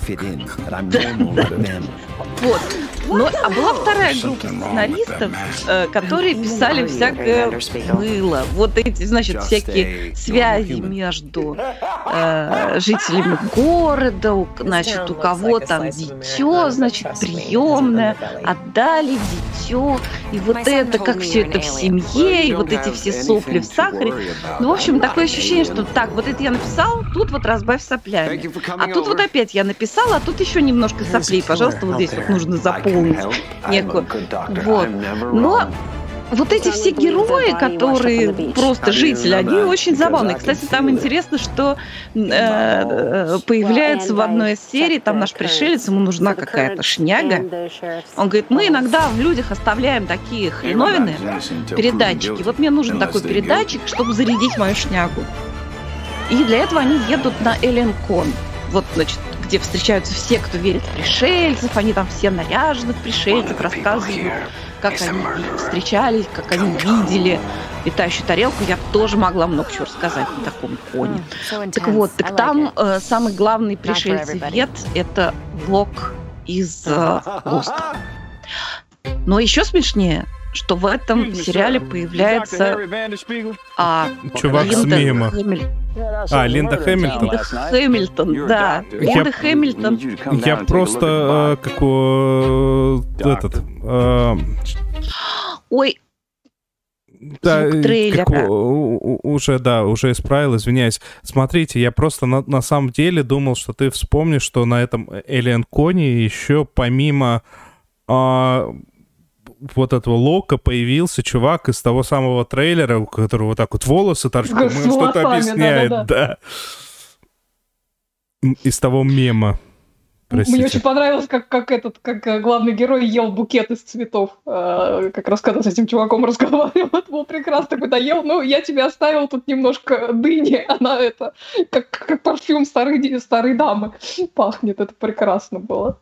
Вот. Но, а была вторая группа сценаристов, которые писали всякое было. Вот эти, значит, всякие связи между жителями города, значит, у кого там дитё, значит, приемное, отдали дитё, и вот это, как все это в семье, и вот эти все сопли в сахаре. Ну, в общем, такое ощущение, что так, вот это я написал, тут вот разбавь соплями. А тут вот опять я написала, а тут еще немножко соплей, пожалуйста, вот здесь вот нужно заполнить некую. Вот. Но Вот эти все герои, которые просто жители, они очень забавные. Кстати, там интересно, что появляется в одной из серий, там наш пришелец, ему нужна какая-то шняга. Он говорит, мы иногда в людях оставляем такие хреновины, передатчики. Вот мне нужен такой передатчик, чтобы зарядить мою шнягу. И для этого они едут на Элен-Кон. Вот, значит, где встречаются все, кто верит в пришельцев, они там все наряжены в пришельцев, рассказывают, как они встречались, как они видели летающую тарелку. Я тоже могла много чего рассказать на таком коне. Так вот, так там самый главный пришельцевед — это Лок из Лоста. Но еще смешнее, что в этом сериале появляется чувак с мема. Линда Хэмилтон. Линда Хэмилтон, да. Линда Хэмилтон. Я просто Ой, да, звук трейлера. Уже исправил, извиняюсь. Смотрите, я просто на самом деле думал, что ты вспомнишь, что на этом Элен-Коне еще помимо вот этого Лока появился чувак из того самого трейлера, у которого вот так вот волосы торчат, что-то объясняет, да. Из того мема. Простите. Мне очень понравилось, как главный герой ел букет из цветов. Как раз когда с этим чуваком разговаривал, это был прекрасно. Такой, да, ел, я тебе оставил тут немножко дыни. Она как парфюм старой дамы пахнет. Это прекрасно было.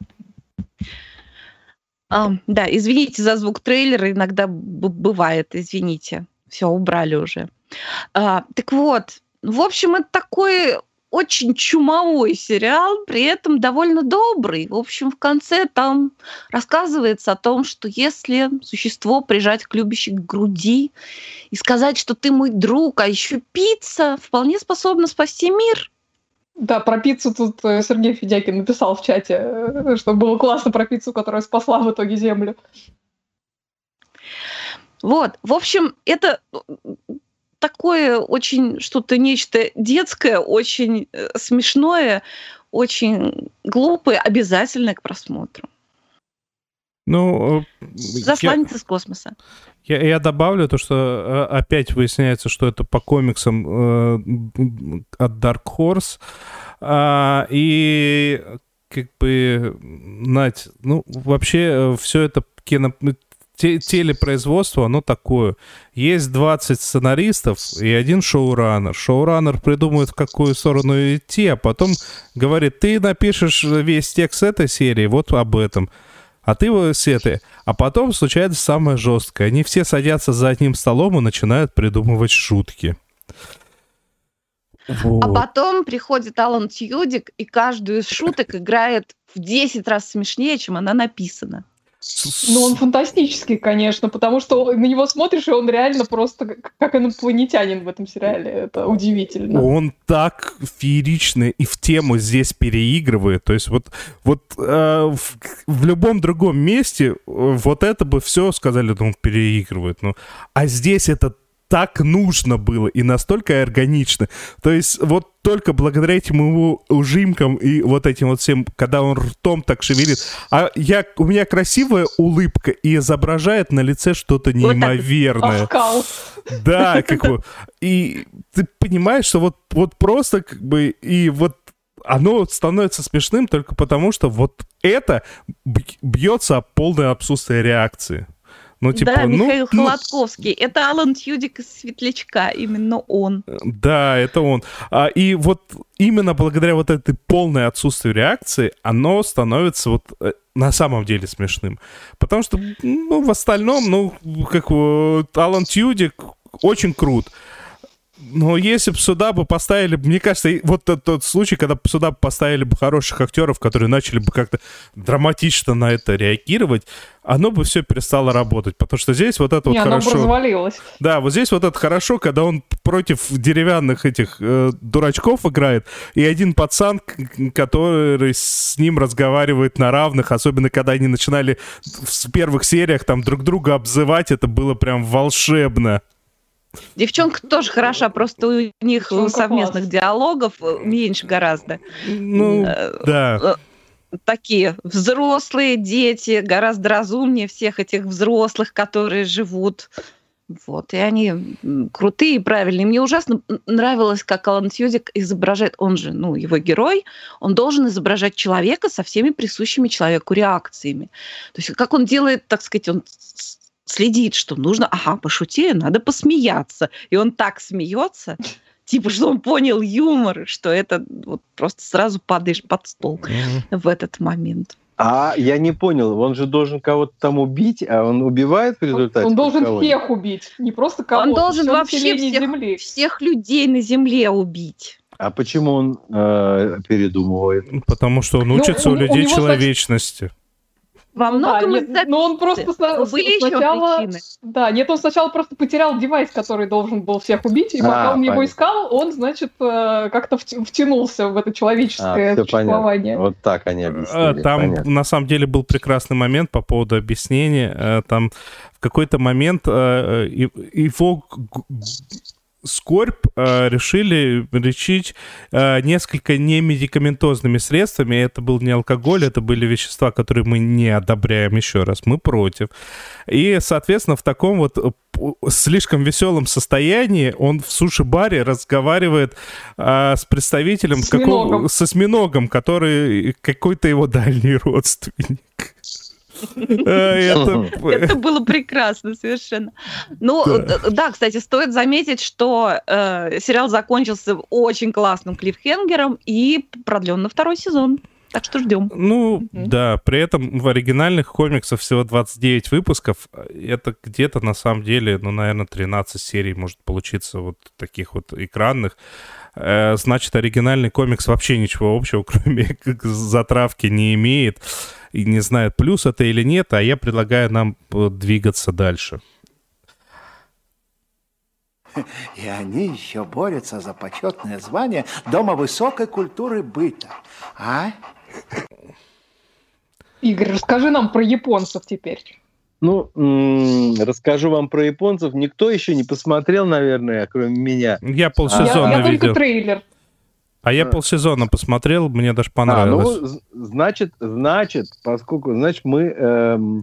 Да, извините за звук трейлера, иногда бывает, извините. Все, убрали уже. Так вот, в общем, это такой очень чумовой сериал, при этом довольно добрый. В общем, в конце там рассказывается о том, что если существо прижать к любящей груди и сказать, что ты мой друг, а еще пицца вполне способна спасти мир. Да, про пиццу тут Сергей Федякин написал в чате, что было классно про пиццу, которая спасла в итоге Землю. Вот, в общем, это такое очень что-то нечто детское, очень смешное, очень глупое, обязательное к просмотру. Засланец из космоса. Я добавлю то, что опять выясняется, что это по комиксам от Dark Horse. И как бы, Надь, вообще все это телепроизводство, оно такое. Есть 20 сценаристов и один шоураннер. Шоураннер придумывает, в какую сторону идти, а потом говорит, ты напишешь весь текст этой серии вот об этом. А ты с этой. А потом случается самое жесткое. Они все садятся за одним столом и начинают придумывать шутки. Вот. А потом приходит Алан Тьюдик и каждую из шуток играет в 10 раз смешнее, чем она написана. Он фантастический, конечно, потому что на него смотришь, и он реально просто как инопланетянин в этом сериале. Это удивительно. Он так феерично и в тему здесь переигрывает. То есть вот в любом другом месте вот это бы все сказали, что он переигрывает. А здесь это так нужно было и настолько органично. То есть вот только благодаря этим его ужимкам и вот этим вот всем, когда он ртом так шевелит. У меня красивая улыбка и изображает на лице что-то неимоверное. Да, и ты понимаешь, что вот просто как бы и вот оно становится смешным только потому, что вот это бьется об полное отсутствие реакции. Михаил Холодковский. Это Алан Тьюдик из «Светлячка». Именно он. Да, это он. И вот именно благодаря вот этой полной отсутствию реакции оно становится вот на самом деле смешным. Потому что, в остальном, Алан Тьюдик очень крут. Но если бы сюда бы поставили, мне кажется, вот тот случай, когда сюда бы поставили бы хороших актеров, которые начали бы как-то драматично на это реагировать, оно бы все перестало работать, потому что здесь вот это хорошо. Оно бы развалилось. Да, вот здесь вот это хорошо, когда он против деревянных этих дурачков играет, и один пацан, который с ним разговаривает на равных, особенно когда они начинали в первых сериях там друг друга обзывать, это было прям волшебно. Девчонка тоже хороша, просто у них совместных диалогов меньше гораздо. Да. такие взрослые дети, гораздо разумнее всех этих взрослых, которые живут. Вот, и они крутые и правильные. Мне ужасно нравилось, как Алан Тьюдик изображает, он же, его герой, он должен изображать человека со всеми присущими человеку реакциями. То есть как он делает, так сказать, он следит, что нужно, пошутили, надо посмеяться. И он так смеется, типа, что он понял юмор, что это вот просто сразу падаешь под стол в этот момент. Я не понял, он же должен кого-то там убить, а он убивает в результате? Он должен всех убить, не просто кого-то. Он должен вообще всех людей на Земле убить. А почему он передумывает? Потому что он учится у людей человечности. Во многом он просто сначала... Да, нет, он сначала просто потерял девайс, который должен был всех убить, и пока он его искал, он, значит, как-то втянулся в это человеческое существование. Вот так они объяснили. Там, на самом деле, был прекрасный момент по поводу объяснения. Там в какой-то момент его... скорбь решили лечить несколько немедикаментозными средствами. Это был не алкоголь, это были вещества, которые мы не одобряем, еще раз, мы против. И, соответственно, в таком вот слишком веселом состоянии он в суши-баре разговаривает с представителем со осьминогом, который какой-то его дальний родственник. Это было прекрасно совершенно. Да, кстати, стоит заметить, что сериал закончился очень классным клиффхенгером и продлен на 2-й сезон. Так что ждем. Да, при этом в оригинальных комиксах всего 29 выпусков. Это где-то, на самом деле, наверное, 13 серий может получиться вот таких вот экранных. Значит, оригинальный комикс вообще ничего общего, кроме затравки, не имеет. И не знает, плюс это или нет, а я предлагаю нам двигаться дальше. И они еще борются за почетное звание Дома высокой культуры быта. Игорь, расскажи нам про японцев теперь. Расскажу вам про японцев. Никто еще не посмотрел, наверное, кроме меня. Я полсезона видел. Я только трейлер. А я полсезона посмотрел, мне даже понравилось. Значит, поскольку, мы,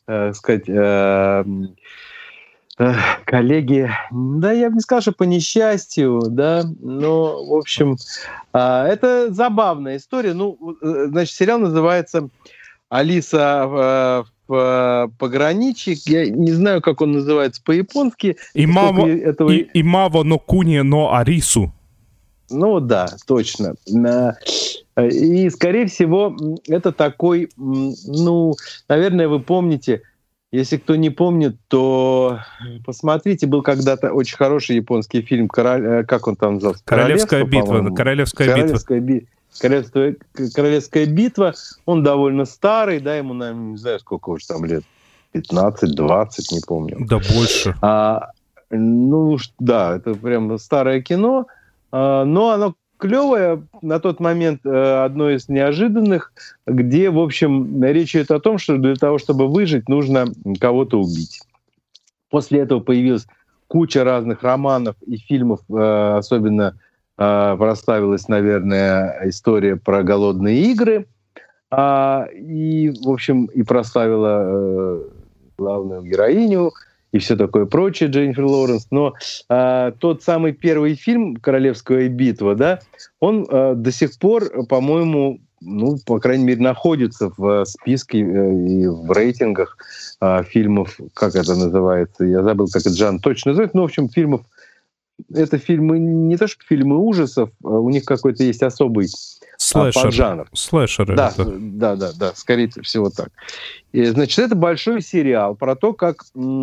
коллеги, да, я бы не сказал, что по несчастью, да, но, в общем, это забавная история. Значит, сериал называется «Алиса в пограничье». Я не знаю, как он называется по-японски. Имаво но куни но арису. Да, точно. И, скорее всего, это такой, наверное, вы помните, если кто не помнит, то посмотрите, был когда-то очень хороший японский фильм, как он там назывался? Королевская битва. Королевская битва. Он довольно старый, да, ему, наверное, не знаю, сколько уже там лет, 15-20, не помню. Да больше. Да, это прям старое кино. Но оно клевое, на тот момент одно из неожиданных, где, в общем, речь идет о том, что для того, чтобы выжить, нужно кого-то убить. После этого появилась куча разных романов и фильмов, особенно прославилась, наверное, история про «Голодные игры», и, в общем, и прославила главную героиню, и все такое прочее, Дженнифер Лоуренс. Но тот самый первый фильм «Королевская битва», да, он до сих пор, по-моему, по крайней мере, находится в списке и в рейтингах фильмов, как это называется, я забыл, как это жанр точно называется, но, в общем, фильмов, это фильмы, не то что фильмы ужасов, у них какой-то есть особый поджанр. Слэшеры. Да, скорее всего так. И, значит, это большой сериал про то, как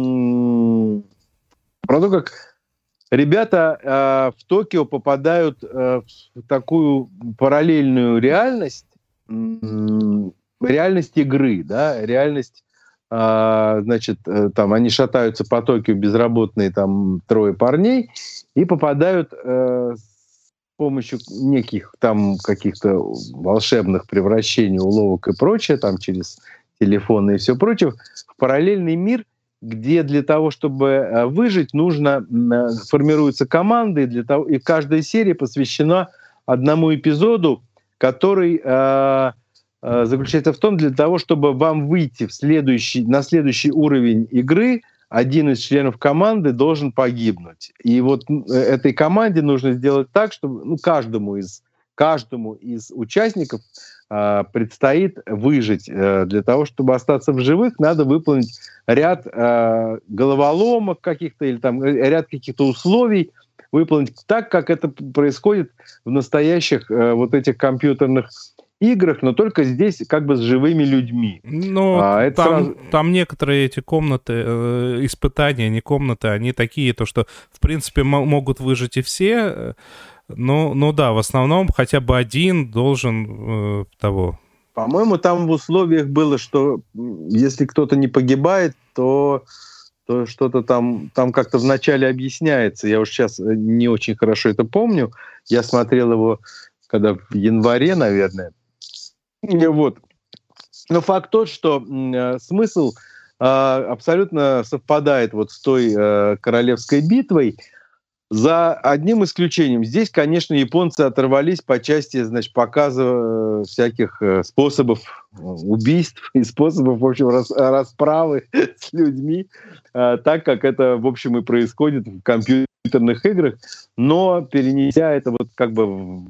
ребята в Токио попадают в такую параллельную реальность, реальность игры, да, реальность, значит, там они шатаются по Токио, безработные там 3 парней, и попадают с помощью неких там каких-то волшебных превращений, уловок и прочее, там через телефоны и все прочее, в параллельный мир, где для того, чтобы выжить, формируются команды, и каждая серия посвящена одному эпизоду, который заключается в том, для того, чтобы вам выйти на следующий уровень игры, один из членов команды должен погибнуть. И вот этой команде нужно сделать так, чтобы каждому из участников предстоит выжить. Для того, чтобы остаться в живых, надо выполнить ряд головоломок каких-то или там ряд каких-то условий, выполнить так, как это происходит в настоящих вот этих компьютерных играх, но только здесь как бы с живыми людьми. Но там некоторые эти комнаты, испытания, не комнаты, они такие, то что, в принципе, могут выжить и все, но да, в основном хотя бы один должен того. По-моему, там в условиях было, что если кто-то не погибает, то что-то там как-то вначале объясняется. Я уж сейчас не очень хорошо это помню. Я смотрел его когда в январе, наверное. Вот. Но факт тот, что смысл абсолютно совпадает вот с той королевской битвой, за одним исключением. Здесь, конечно, японцы оторвались по части, значит, показа всяких способов убийств и способов, в общем, расправы с людьми, так как это, в общем, и происходит в компьютерных играх, но перенеся это вот как бы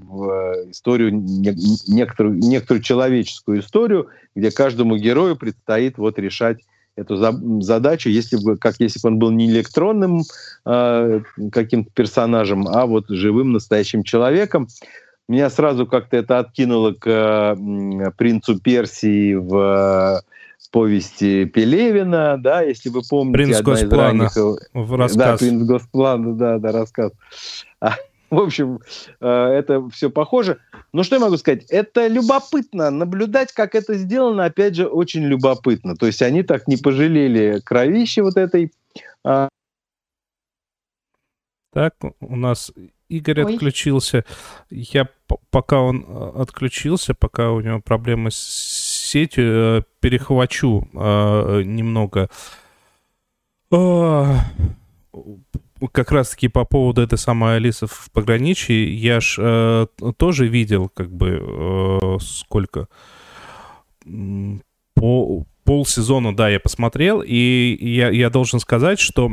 в историю, некоторую человеческую историю, где каждому герою предстоит вот решать эту задачу, если бы он был не электронным каким-то персонажем, а вот живым настоящим человеком. Меня сразу как-то это откинуло к «Принцу Персии» в повести Пелевина, да, если вы помните. «Принц Госплана» в рассказ. Да, «Принц Госплана», да, рассказ. В общем, это все похоже. Но что я могу сказать? Это любопытно. Наблюдать, как это сделано, опять же, очень любопытно. То есть они так не пожалели кровищи вот этой. Так, у нас Игорь отключился. Я, пока он отключился, пока у него проблемы с сетью, перехвачу немного. Как раз-таки по поводу этой самой Алисы в пограничье, я ж тоже видел, как бы, сколько? Полсезона, да, я посмотрел, и я должен сказать, что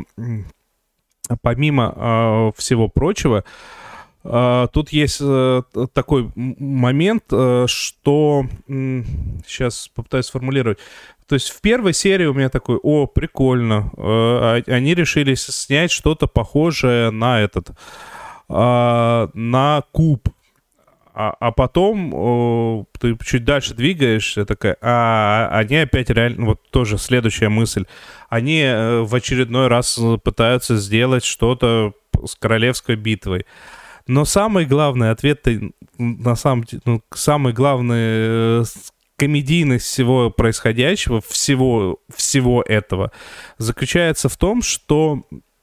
помимо всего прочего, тут есть такой момент, что... Сейчас попытаюсь сформулировать. То есть в первой серии у меня такой, прикольно. Они решили снять что-то похожее на на куб. А потом ты чуть дальше двигаешься, такая, они опять реально, вот тоже следующая мысль, они в очередной раз пытаются сделать что-то с королевской битвой. Но самый главный ответ, на самом деле, самый главный комедийность всего происходящего, всего этого, заключается в том, что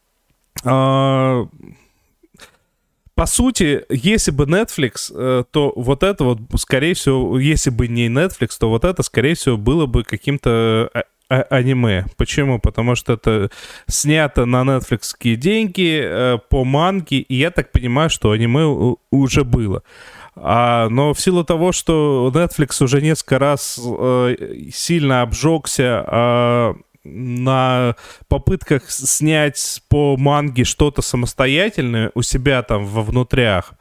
по сути, если бы Netflix, то вот это вот, скорее всего, если бы не Netflix, то вот это, скорее всего, было бы каким-то аниме. Почему? Потому что это снято на Netflix-ские деньги по манге, и я так понимаю, что аниме уже было. Но в силу того, что Netflix уже несколько раз сильно обжегся на попытках снять по манге что-то самостоятельное у себя там во внутрях,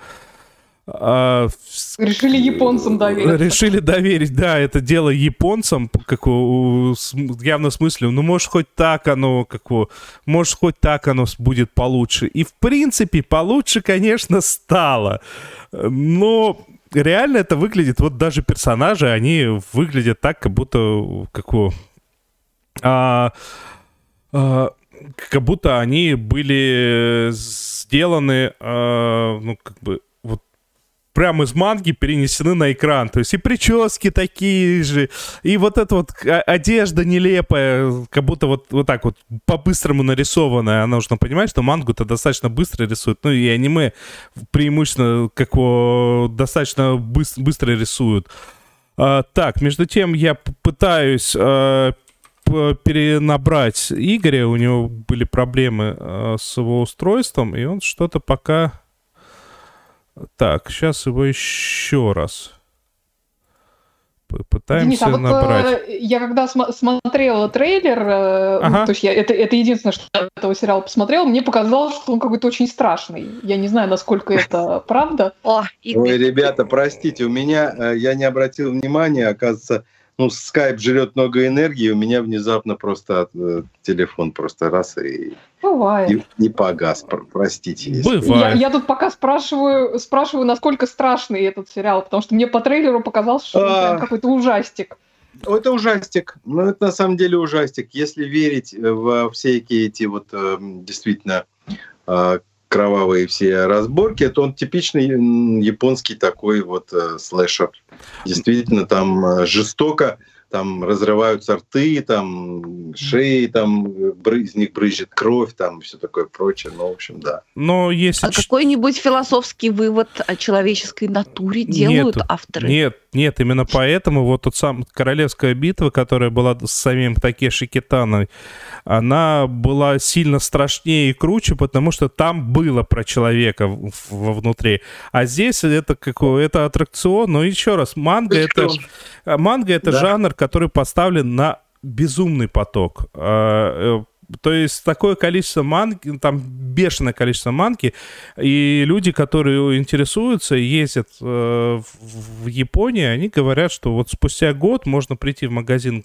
решили японцам доверить. Решили доверить, да, это дело японцам, явно в смысле, может, хоть так оно, может, хоть так оно будет получше. И, в принципе, получше, конечно, стало. Но реально это выглядит, вот даже персонажи, они выглядят так, как будто, как будто они были сделаны, прямо из манги перенесены на экран. То есть и прически такие же, и вот эта вот одежда нелепая, как будто вот так вот по-быстрому нарисованная. Нужно понимать, что мангу-то достаточно быстро рисуют. Ну и аниме преимущественно достаточно быстро рисуют. Так, между тем я пытаюсь перенабрать Игоря. У него были проблемы с его устройством, и он что-то пока... Так, сейчас его еще раз Пытаемся Денис, набрать. Я когда смотрела трейлер, то есть это единственное, что я этого сериала посмотрела, мне показалось, что он какой-то очень страшный. Я не знаю, насколько это правда. Ой, ребята, простите, я не обратил внимания, оказывается, скайп жрет много энергии, у меня внезапно просто телефон просто раз и погас, простите. Бывает. Я тут пока спрашиваю, насколько страшный этот сериал, потому что мне по трейлеру показалось, что он прям какой-то ужастик. Это ужастик, это на самом деле ужастик. Если верить во всякие эти действительно кровавые все разборки, то он типичный японский такой слэшер. Действительно, там жестоко, там разрываются рты, там шеи, там из них брызжет кровь, там все такое прочее. В общем, да. Но если... А какой-нибудь философский вывод о человеческой натуре делают авторы? Нет, именно поэтому вот тот сам «Королевская битва», которая была с самим Такеши Китаной, она была сильно страшнее и круче, потому что там было про человека вовнутри. А здесь это аттракцион. Но еще раз, манга это жанр, который поставлен на безумный поток. То есть такое количество манги, там бешеное количество манги, и люди, которые интересуются и ездят в Японию, они говорят, что вот спустя год можно прийти в магазин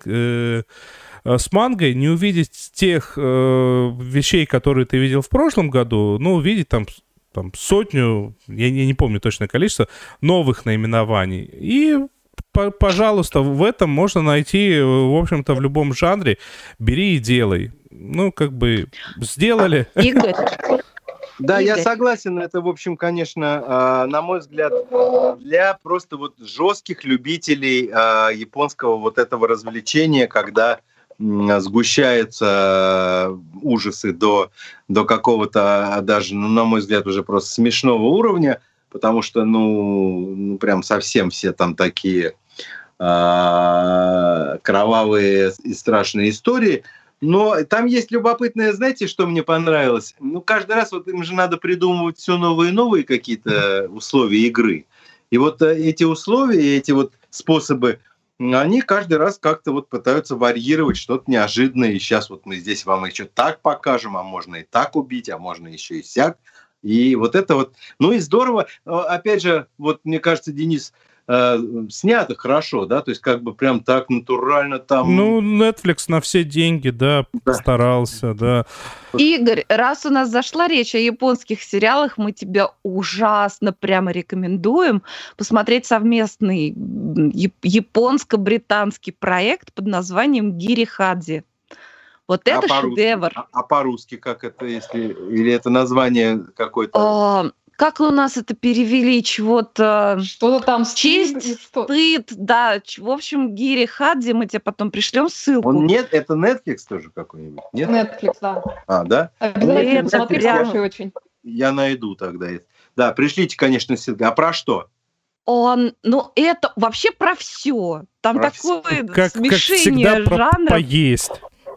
с мангой, не увидеть тех вещей, которые ты видел в прошлом году, но увидеть там сотню, я не помню точное количество, новых наименований. И пожалуйста, в этом можно найти, в общем-то, в любом жанре. Бери и делай. Сделали. Игорь. Да, я согласен. Это, в общем, конечно, на мой взгляд, для просто жестких любителей японского этого развлечения, когда сгущаются ужасы до какого-то даже, на мой взгляд, уже просто смешного уровня, потому что, прям совсем все там такие кровавые и страшные истории. Но там есть любопытное, знаете, что мне понравилось? Каждый раз им же надо придумывать все новые и новые какие-то условия игры. И эти условия, эти способы, они каждый раз как-то пытаются варьировать что-то неожиданное. И сейчас мы здесь вам еще так покажем, а можно и так убить, а можно еще и сяк. И это и здорово. Опять же, мне кажется, Денис, снято хорошо, да, то есть прям так натурально там. Netflix на все деньги, да, постарался, да. Игорь, раз у нас зашла речь о японских сериалах, мы тебе ужасно прямо рекомендуем посмотреть совместный японско-британский проект под названием «Гири Хадзи». Это шедевр. А по-русски как это, или это название какое-то? Как у нас это перевели? Чего-то там честь, стыд, да. В общем, Гири Хадзи, мы тебе потом пришлем ссылку. Это Netflix тоже какой-нибудь? Нет? Netflix, да. Да? Обязательно посмотри, хороший очень. Я найду тогда. Да, пришлите, конечно, ссылку. А про что? Это вообще про все. Там такое как смешение всегда, жанров. Поесть.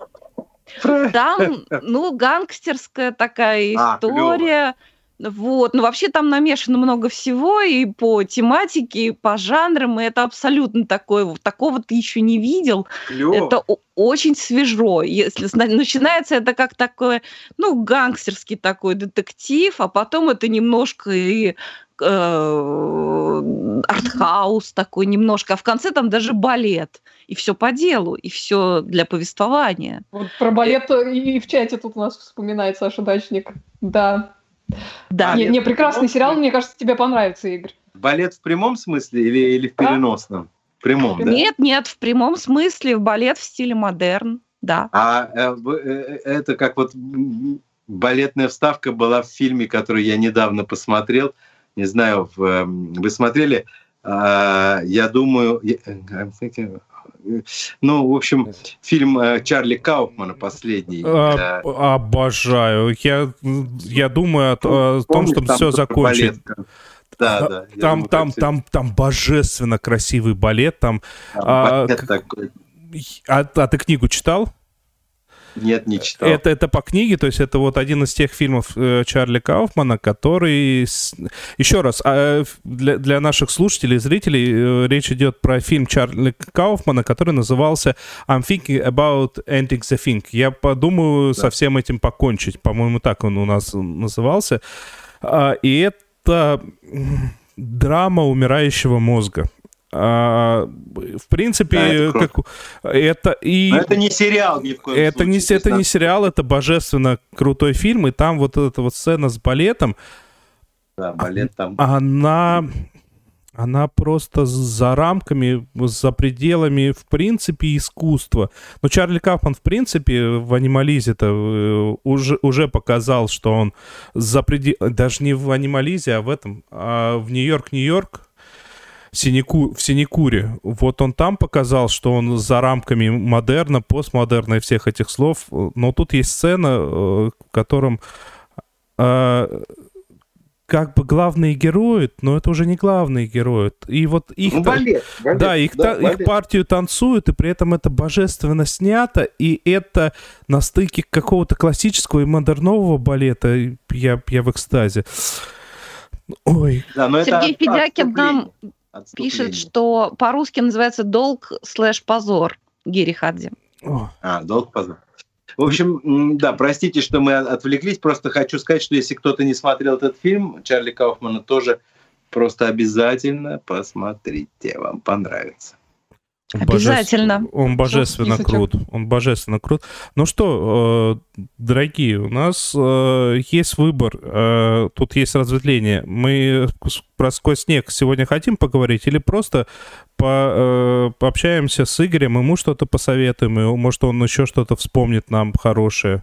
Там, гангстерская такая история. Вообще там намешано много всего и по тематике, и по жанрам, и это абсолютно такое, такого ты еще не видел. Клево. Это очень свежо. Если начинается это как такой, гангстерский такой детектив, а потом это немножко и артхаус такой немножко, а в конце там даже балет. И все по делу, и все для повествования. Про балет и в чате тут у нас вспоминает Саша Дачник. Да. Не, прекрасный сериал, мне кажется, тебе понравится, Игорь. Балет в прямом смысле или в переносном? В прямом, да? Нет, в прямом смысле, балет в стиле модерн, да. Это как балетная вставка была в фильме, который я недавно посмотрел. Не знаю, вы смотрели? Я думаю... в общем, фильм Чарли Кауфмана последний. Обожаю. Я думаю о том, чтобы все закончить. Да. Там божественно красивый балет. Там. Балет такой. А ты книгу читал? Нет, не читал. Это по книге, то есть это вот один из тех фильмов Чарли Кауфмана, который... Еще раз, для наших слушателей и зрителей речь идет про фильм Чарли Кауфмана, который назывался «I'm thinking about ending the thing». Я подумаю со всем этим покончить. По-моему, так он у нас назывался. И это драма умирающего мозга. В принципе, да, это и... Но это не сериал ни в коем случае. Это не сериал, это божественно крутой фильм, и там вот эта вот сцена с балетом, да, балет там. Она просто за рамками, за пределами, в принципе, искусства. Но Чарли Кауфман, в принципе, в «Анимализе»-то уже показал, что он за пределами... Даже не в «Анимализе», а в этом, а в «Нью-Йорк», в «Синекуре». Вот он там показал, что он за рамками модерна, постмодерна и всех этих слов. Но тут есть сцена, в котором как бы главные герои, но это уже не главные герои. И вот их... балет, да, их партию танцуют, и при этом это божественно снято, и это на стыке какого-то классического и модернового балета. Я в экстазе. Ой. Да, Сергей Федякин нам пишет, что по-русски называется «Долг/позор» Гири Хадзи. «Долг/позор». В общем, да, простите, что мы отвлеклись. Просто хочу сказать, что если кто-то не смотрел этот фильм Чарли Кауфмана, тоже просто обязательно посмотрите, вам понравится. Обязательно. Он божественно крут. Он божественно крут. Ну что, дорогие, у нас есть выбор. Тут есть разветвление. Мы про «Сквозь снег» сегодня хотим поговорить или просто пообщаемся с Игорем, ему что-то посоветуем, и, может, он еще что-то вспомнит нам хорошее?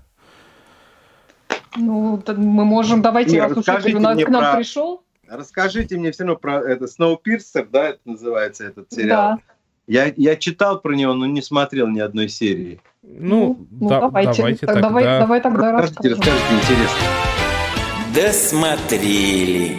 Ну, мы можем... Давайте, раз уж Игорь к нам пришел. Расскажите мне все равно про это «Сноупирсер», да, это называется этот сериал. Да. Я читал про него, но не смотрел ни одной серии. Давайте тогда расскажите, интересно. Досмотрели.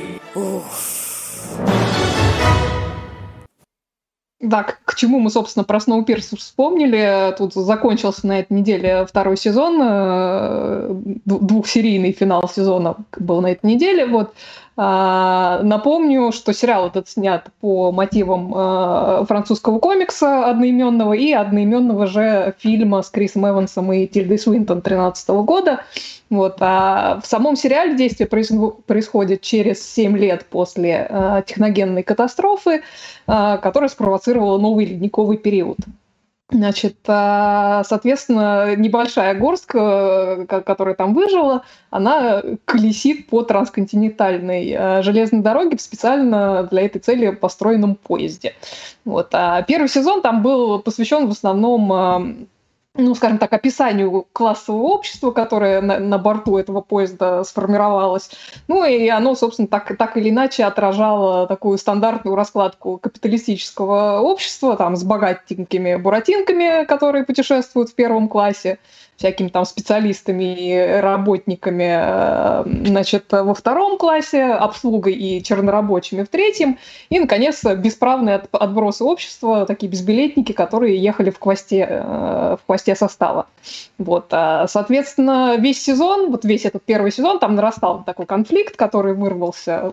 Да, к чему мы, собственно, про Сноупирсер вспомнили. Тут закончился на этой неделе второй сезон, двухсерийный финал сезона был на этой неделе. Вот. Напомню, что сериал этот снят по мотивам французского комикса одноименного и одноименного же фильма с Крисом Эвансом и Тильдой Свинтон 2013 года. Вот. А в самом сериале действие происходит через 7 лет после техногенной катастрофы, которая спровоцировала новый ледниковый период. Значит, соответственно, небольшая горстка, которая там выжила, она колесит по трансконтинентальной железной дороге в специально для этой цели построенном поезде. Вот. А первый сезон там был посвящен в основном, скажем так, описанию классового общества, которое на борту этого поезда сформировалось. Ну и оно, собственно, так или иначе отражало такую стандартную раскладку капиталистического общества, там, с богатенькими буратинками, которые путешествуют в первом классе, всякими там специалистами и работниками, значит, во втором классе, обслугой и чернорабочими в третьем, и, наконец, бесправные отбросы общества, такие безбилетники, которые ехали в хвосте состава. Вот. Соответственно, весь сезон, вот весь этот первый сезон, там нарастал такой конфликт, который вылился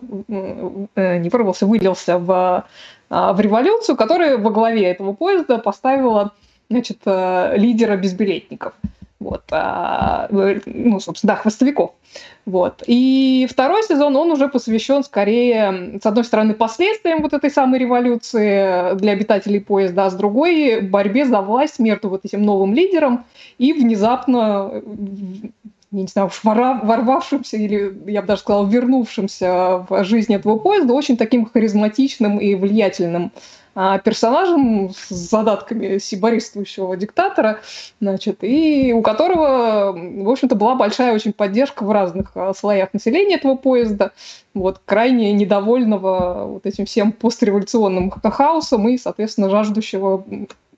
в революцию, которая во главе этого поезда поставила, значит, лидера безбилетников. Вот, собственно, хвостовиков. Вот. И второй сезон, он уже посвящен скорее, с одной стороны, последствиям вот этой самой революции для обитателей поезда, а с другой — борьбе за власть между вот этим новым лидером и внезапно, я не знаю, ворвавшимся, или, я бы даже сказала, вернувшимся в жизнь этого поезда очень таким харизматичным и влиятельным персонажем с задатками сибористствующего диктатора, значит, и у которого, в общем-то, была большая очень поддержка в разных слоях населения этого поезда, вот, крайне недовольного вот этим всем постреволюционным хаосом и, соответственно, жаждущего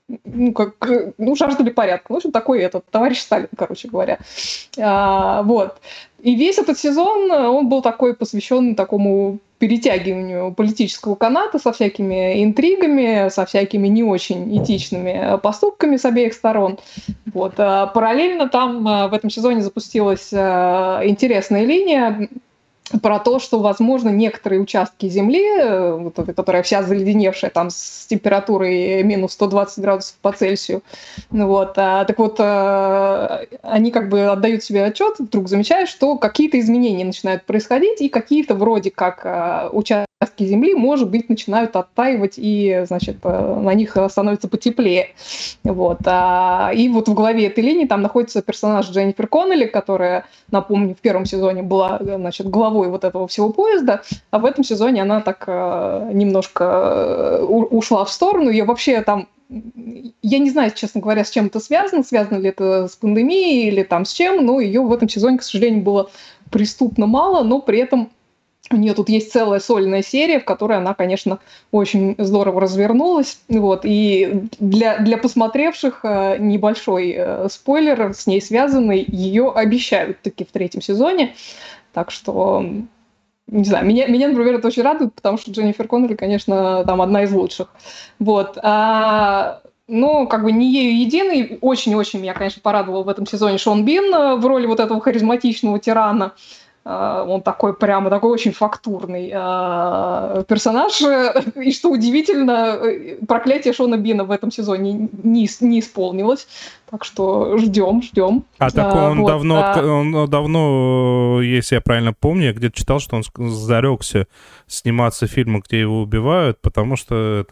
жаждали порядка. В общем, такой товарищ Сталин, короче говоря. Вот. И весь этот сезон, он был такой посвящен такому перетягиванию политического каната со всякими интригами, со всякими не очень этичными поступками с обеих сторон. Вот. Параллельно там в этом сезоне запустилась интересная линия про то, что, возможно, некоторые участки Земли, которая вся заледеневшая там с температурой минус 120 градусов по Цельсию, так вот, они как бы отдают себе отчет, вдруг замечают, что какие-то изменения начинают происходить, и какие-то вроде как участки Земли, может быть, начинают оттаивать, и, значит, на них становится потеплее. Вот. И вот в главе этой линии там находится персонаж Дженнифер Коннелли, которая, напомню, в первом сезоне была, значит, главой вот этого всего поезда, а в этом сезоне она так немножко ушла в сторону. Ее вообще там, я не знаю, честно говоря, с чем это связано ли это с пандемией или там с чем, но ее в этом сезоне, к сожалению, было преступно мало, но при этом у нее тут есть целая сольная серия, в которой она, конечно, очень здорово развернулась. Вот. И для посмотревших небольшой спойлер с ней связанный, ее обещают таки в 3-м сезоне. Так что, не знаю, меня, например, это очень радует, потому что Дженнифер Коннелли, конечно, там одна из лучших. Вот. Но как бы не ею единый. Очень-очень меня, конечно, порадовал в этом сезоне Шон Бин в роли вот этого харизматичного тирана. Он такой прямо такой очень фактурный персонаж. И что удивительно, проклятие Шона Бина в этом сезоне не исполнилось. Так что ждем. А такой он давно, если я правильно помню, я где-то читал, что он зарекся сниматься в фильмах, где его убивают, потому что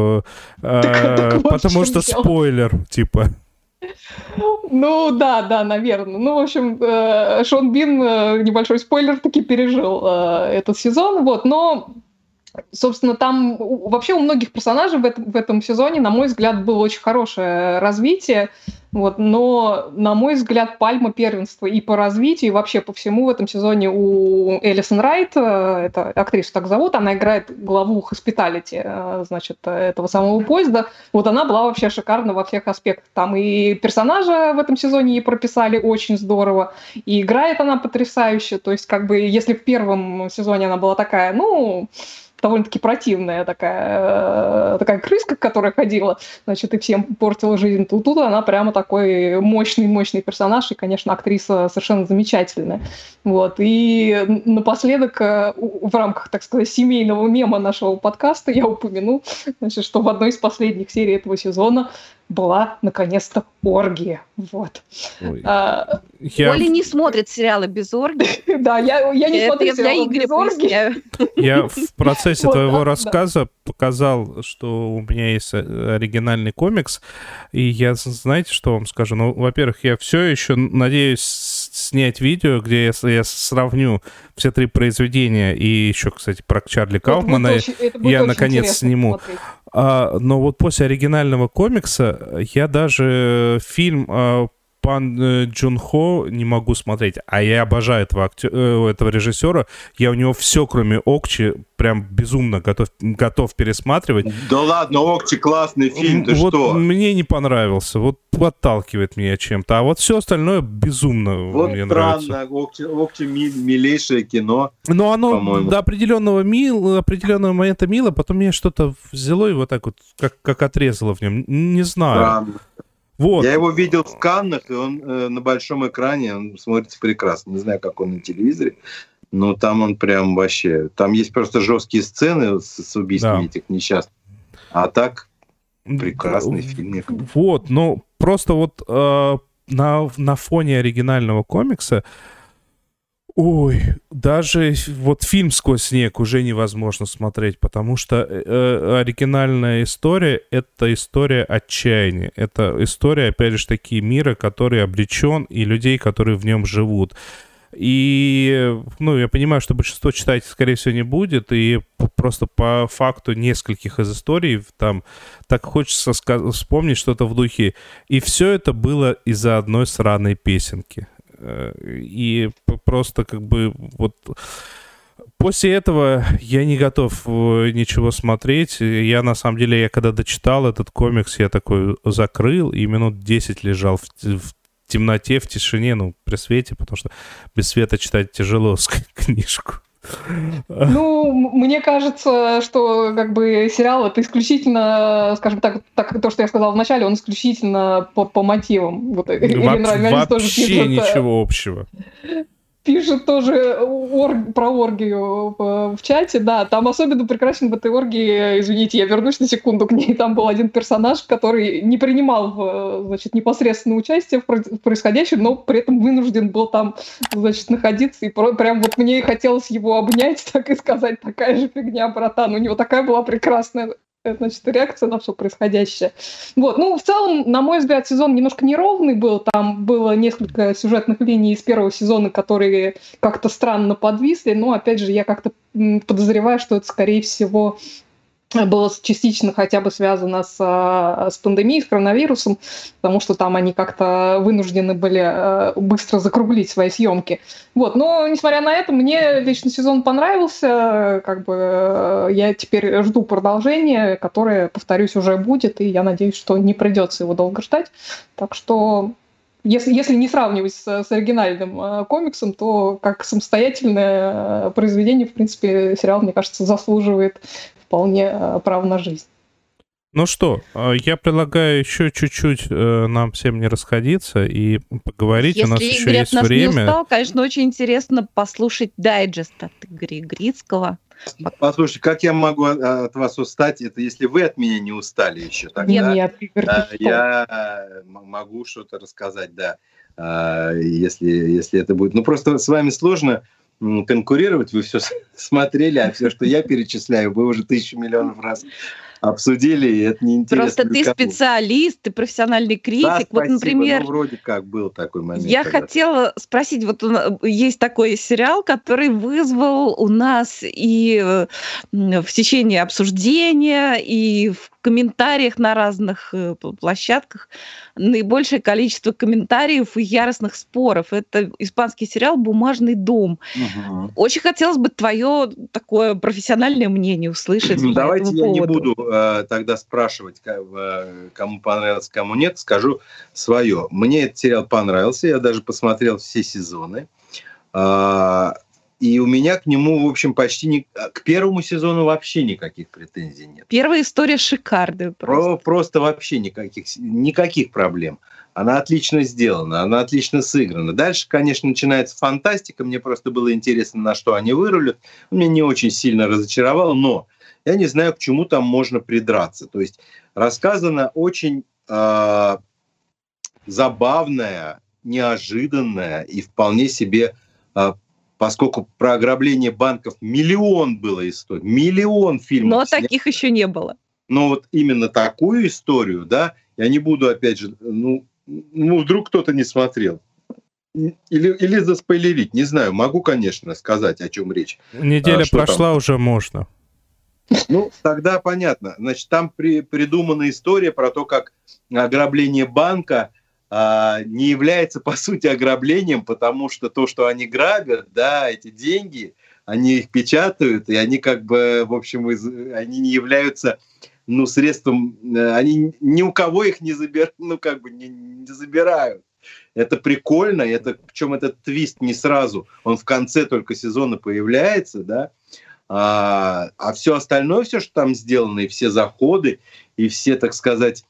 спойлер, типа. Ну да, наверное. Ну, в общем, Шон Бин, небольшой спойлер, таки пережил этот сезон, вот, но, собственно, там вообще у многих персонажей в этом сезоне, на мой взгляд, было очень хорошее развитие, вот, но, на мой взгляд, пальма первенства и по развитию, и вообще по всему в этом сезоне у Элисон Райт, это актрису так зовут, она играет главу хоспиталити, значит, этого самого поезда, вот она была вообще шикарна во всех аспектах. Там и персонажа в этом сезоне ей прописали очень здорово, и играет она потрясающе, то есть, как бы, если в первом сезоне она была такая, довольно-таки противная такая крыска, которая ходила, значит, и всем портила жизнь. Тут она прямо такой мощный персонаж, и, конечно, актриса совершенно замечательная. Вот. И напоследок, в рамках, так сказать, семейного мема нашего подкаста я упомяну, значит, что в одной из последних серий этого сезона была, наконец-то, оргия. Вот. Оля не смотрит сериалы без оргии. Да, я не смотрю сериалы без оргии. Я в процессе твоего рассказа показал, что у меня есть оригинальный комикс, и я, знаете, что вам скажу? Ну, во-первых, я все еще надеюсь снять видео, где я сравню все 3 произведения, и еще, кстати, про Чарли Кауфмана я, наконец, сниму. Но вот после оригинального комикса я даже фильм Пан Джун Хо не могу смотреть, а я обожаю этого режиссера. Я у него все, кроме Окчи, прям безумно готов пересматривать. Да ладно, Окчи классный фильм, ты вот что? Мне не понравился, вот отталкивает меня чем-то, а вот все остальное безумно вот мне странно, нравится. Окчи милейшее кино. Но оно по-моему. до определенного момента мило, потом меня что-то взяло и вот так вот как отрезало в нем. Не знаю. Странно. Вот. Я его видел в Каннах, и он на большом экране, он смотрится прекрасно. Не знаю, как он на телевизоре, но там он прям вообще... Там есть просто жесткие сцены с убийствами этих несчастных. А так прекрасный фильм. Вот, ну просто вот на фоне оригинального комикса даже вот фильм «Сквозь снег» уже невозможно смотреть, потому что оригинальная история — это история отчаяния. Это история, опять же таки, мира, который обречен, и людей, которые в нем живут. И, я понимаю, что большинство читателей, скорее всего, не будет, и просто по факту нескольких из историй там так хочется вспомнить что-то в духе. И все это было из-за одной сраной песенки. И просто как бы вот После этого я не готов ничего смотреть. Я, на самом деле, когда дочитал этот комикс, я такой закрыл и минут 10 лежал в темноте, в тишине, при свете, потому что без света читать тяжело книжку. Мне кажется, что сериал это исключительно, скажем так, то, что я сказала вначале, он исключительно по мотивам. Вообще ничего общего. Пишет тоже про оргию в чате, да, там особенно прекрасен в этой оргии, извините, я вернусь на секунду к ней, там был один персонаж, который не принимал, непосредственно участие в происходящем, но при этом вынужден был там, находиться, и прям мне хотелось его обнять, так и сказать, такая же фигня, братан, у него такая была прекрасная реакция на все происходящее. В целом, на мой взгляд, сезон немножко неровный был. Там было несколько сюжетных линий из первого сезона, которые как-то странно подвисли. Но, опять же, я как-то подозреваю, что это, скорее всего, было частично хотя бы связано с пандемией, с коронавирусом, потому что там они как-то вынуждены были быстро закруглить свои съемки. Но, несмотря на это, мне лично сезон понравился. Я теперь жду продолжения, которое, повторюсь, уже будет, и я надеюсь, что не придется его долго ждать. Так что, если не сравнивать с оригинальным комиксом, то как самостоятельное произведение, в принципе, сериал, мне кажется, заслуживает вполне право на жизнь. Ну что, я предлагаю еще чуть-чуть нам всем не расходиться и поговорить. Если у нас Игорь еще есть от нас время. Не устал, конечно, очень интересно послушать дайджест от Игоря Грицкого. Послушайте, как я могу от вас устать? Это если вы от меня не устали еще, тогда Нет, Игорь, я могу что-то рассказать, да, если это будет. Просто с вами сложно конкурировать, вы все смотрели, а все, что я перечисляю, вы уже 1000 миллионов раз обсудили, и это неинтересно. Просто ты специалист, ты профессиональный критик. Да, спасибо, например, вроде как был такой момент. Я хотела спросить, есть такой сериал, который вызвал у нас и в течение обсуждения, и в комментариях на разных площадках наибольшее количество комментариев и яростных споров. Это испанский сериал «Бумажный дом». Угу. Очень хотелось бы твое такое профессиональное мнение услышать. Давайте я не буду тогда спрашивать, кому понравилось, кому нет. Скажу свое. Мне этот сериал понравился. Я даже посмотрел все сезоны. И у меня к нему, в общем, к первому сезону вообще никаких претензий нет. Первая история шикарная. Просто вообще никаких проблем. Она отлично сделана, она отлично сыграна. Дальше, конечно, начинается фантастика. Мне просто было интересно, на что они вырулят. Меня не очень сильно разочаровало, но я не знаю, к чему там можно придраться. То есть рассказана очень забавная, неожиданная и вполне себе... Поскольку про ограбление банков миллион было историй, миллион фильмов. Но таких еще не было. Но именно такую историю, да, я не буду, опять же, вдруг кто-то не смотрел. Или заспойлерить, не знаю, могу, конечно, сказать, о чем речь. Неделя прошла, уже можно. Тогда понятно. Значит, там придумана история про то, как ограбление банка не является, по сути, ограблением, потому что то, что они грабят, да, эти деньги, они их печатают, и они в общем, они не являются, средством, они ни у кого их не забирают, не забирают. Это прикольно, причем этот твист не сразу, он в конце только сезона появляется, да, а все остальное, все, что там сделано, и все заходы, и все, так сказать,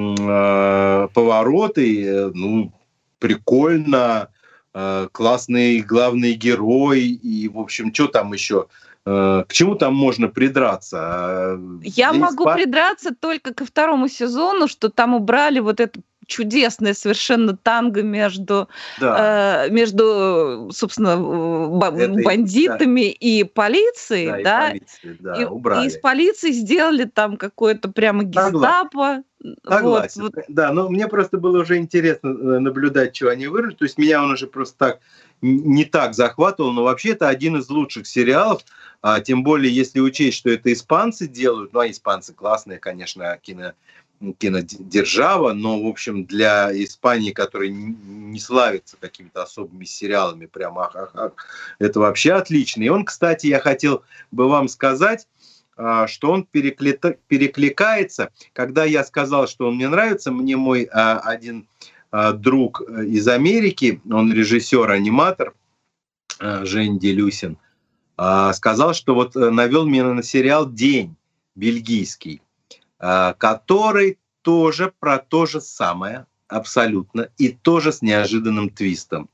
повороты, прикольно, классный главный герой, и, в общем, что там еще, к чему там можно придраться? Я могу придраться только ко второму сезону, что там убрали это чудесное совершенно танго между, собственно, бандитами и полицией, да? И из полиции сделали там какое-то прямо гестапо. Согласен. Да, но мне просто было уже интересно наблюдать, что они вырвали. То есть меня он уже просто так не так захватывал, но вообще это один из лучших сериалов, тем более если учесть, что это испанцы делают. А испанцы классные, конечно, кинодержава, но, в общем, для Испании, которая не славится какими-то особыми сериалами, прям это вообще отлично. И он, кстати, я хотел бы вам сказать, что он перекликается. Когда я сказал, что он мне нравится, мне мой один друг из Америки, он режиссер-аниматор, Жень Делюсин, сказал, что вот навел меня на сериал «День» бельгийский, который тоже про то же самое абсолютно, и тоже с неожиданным твистом.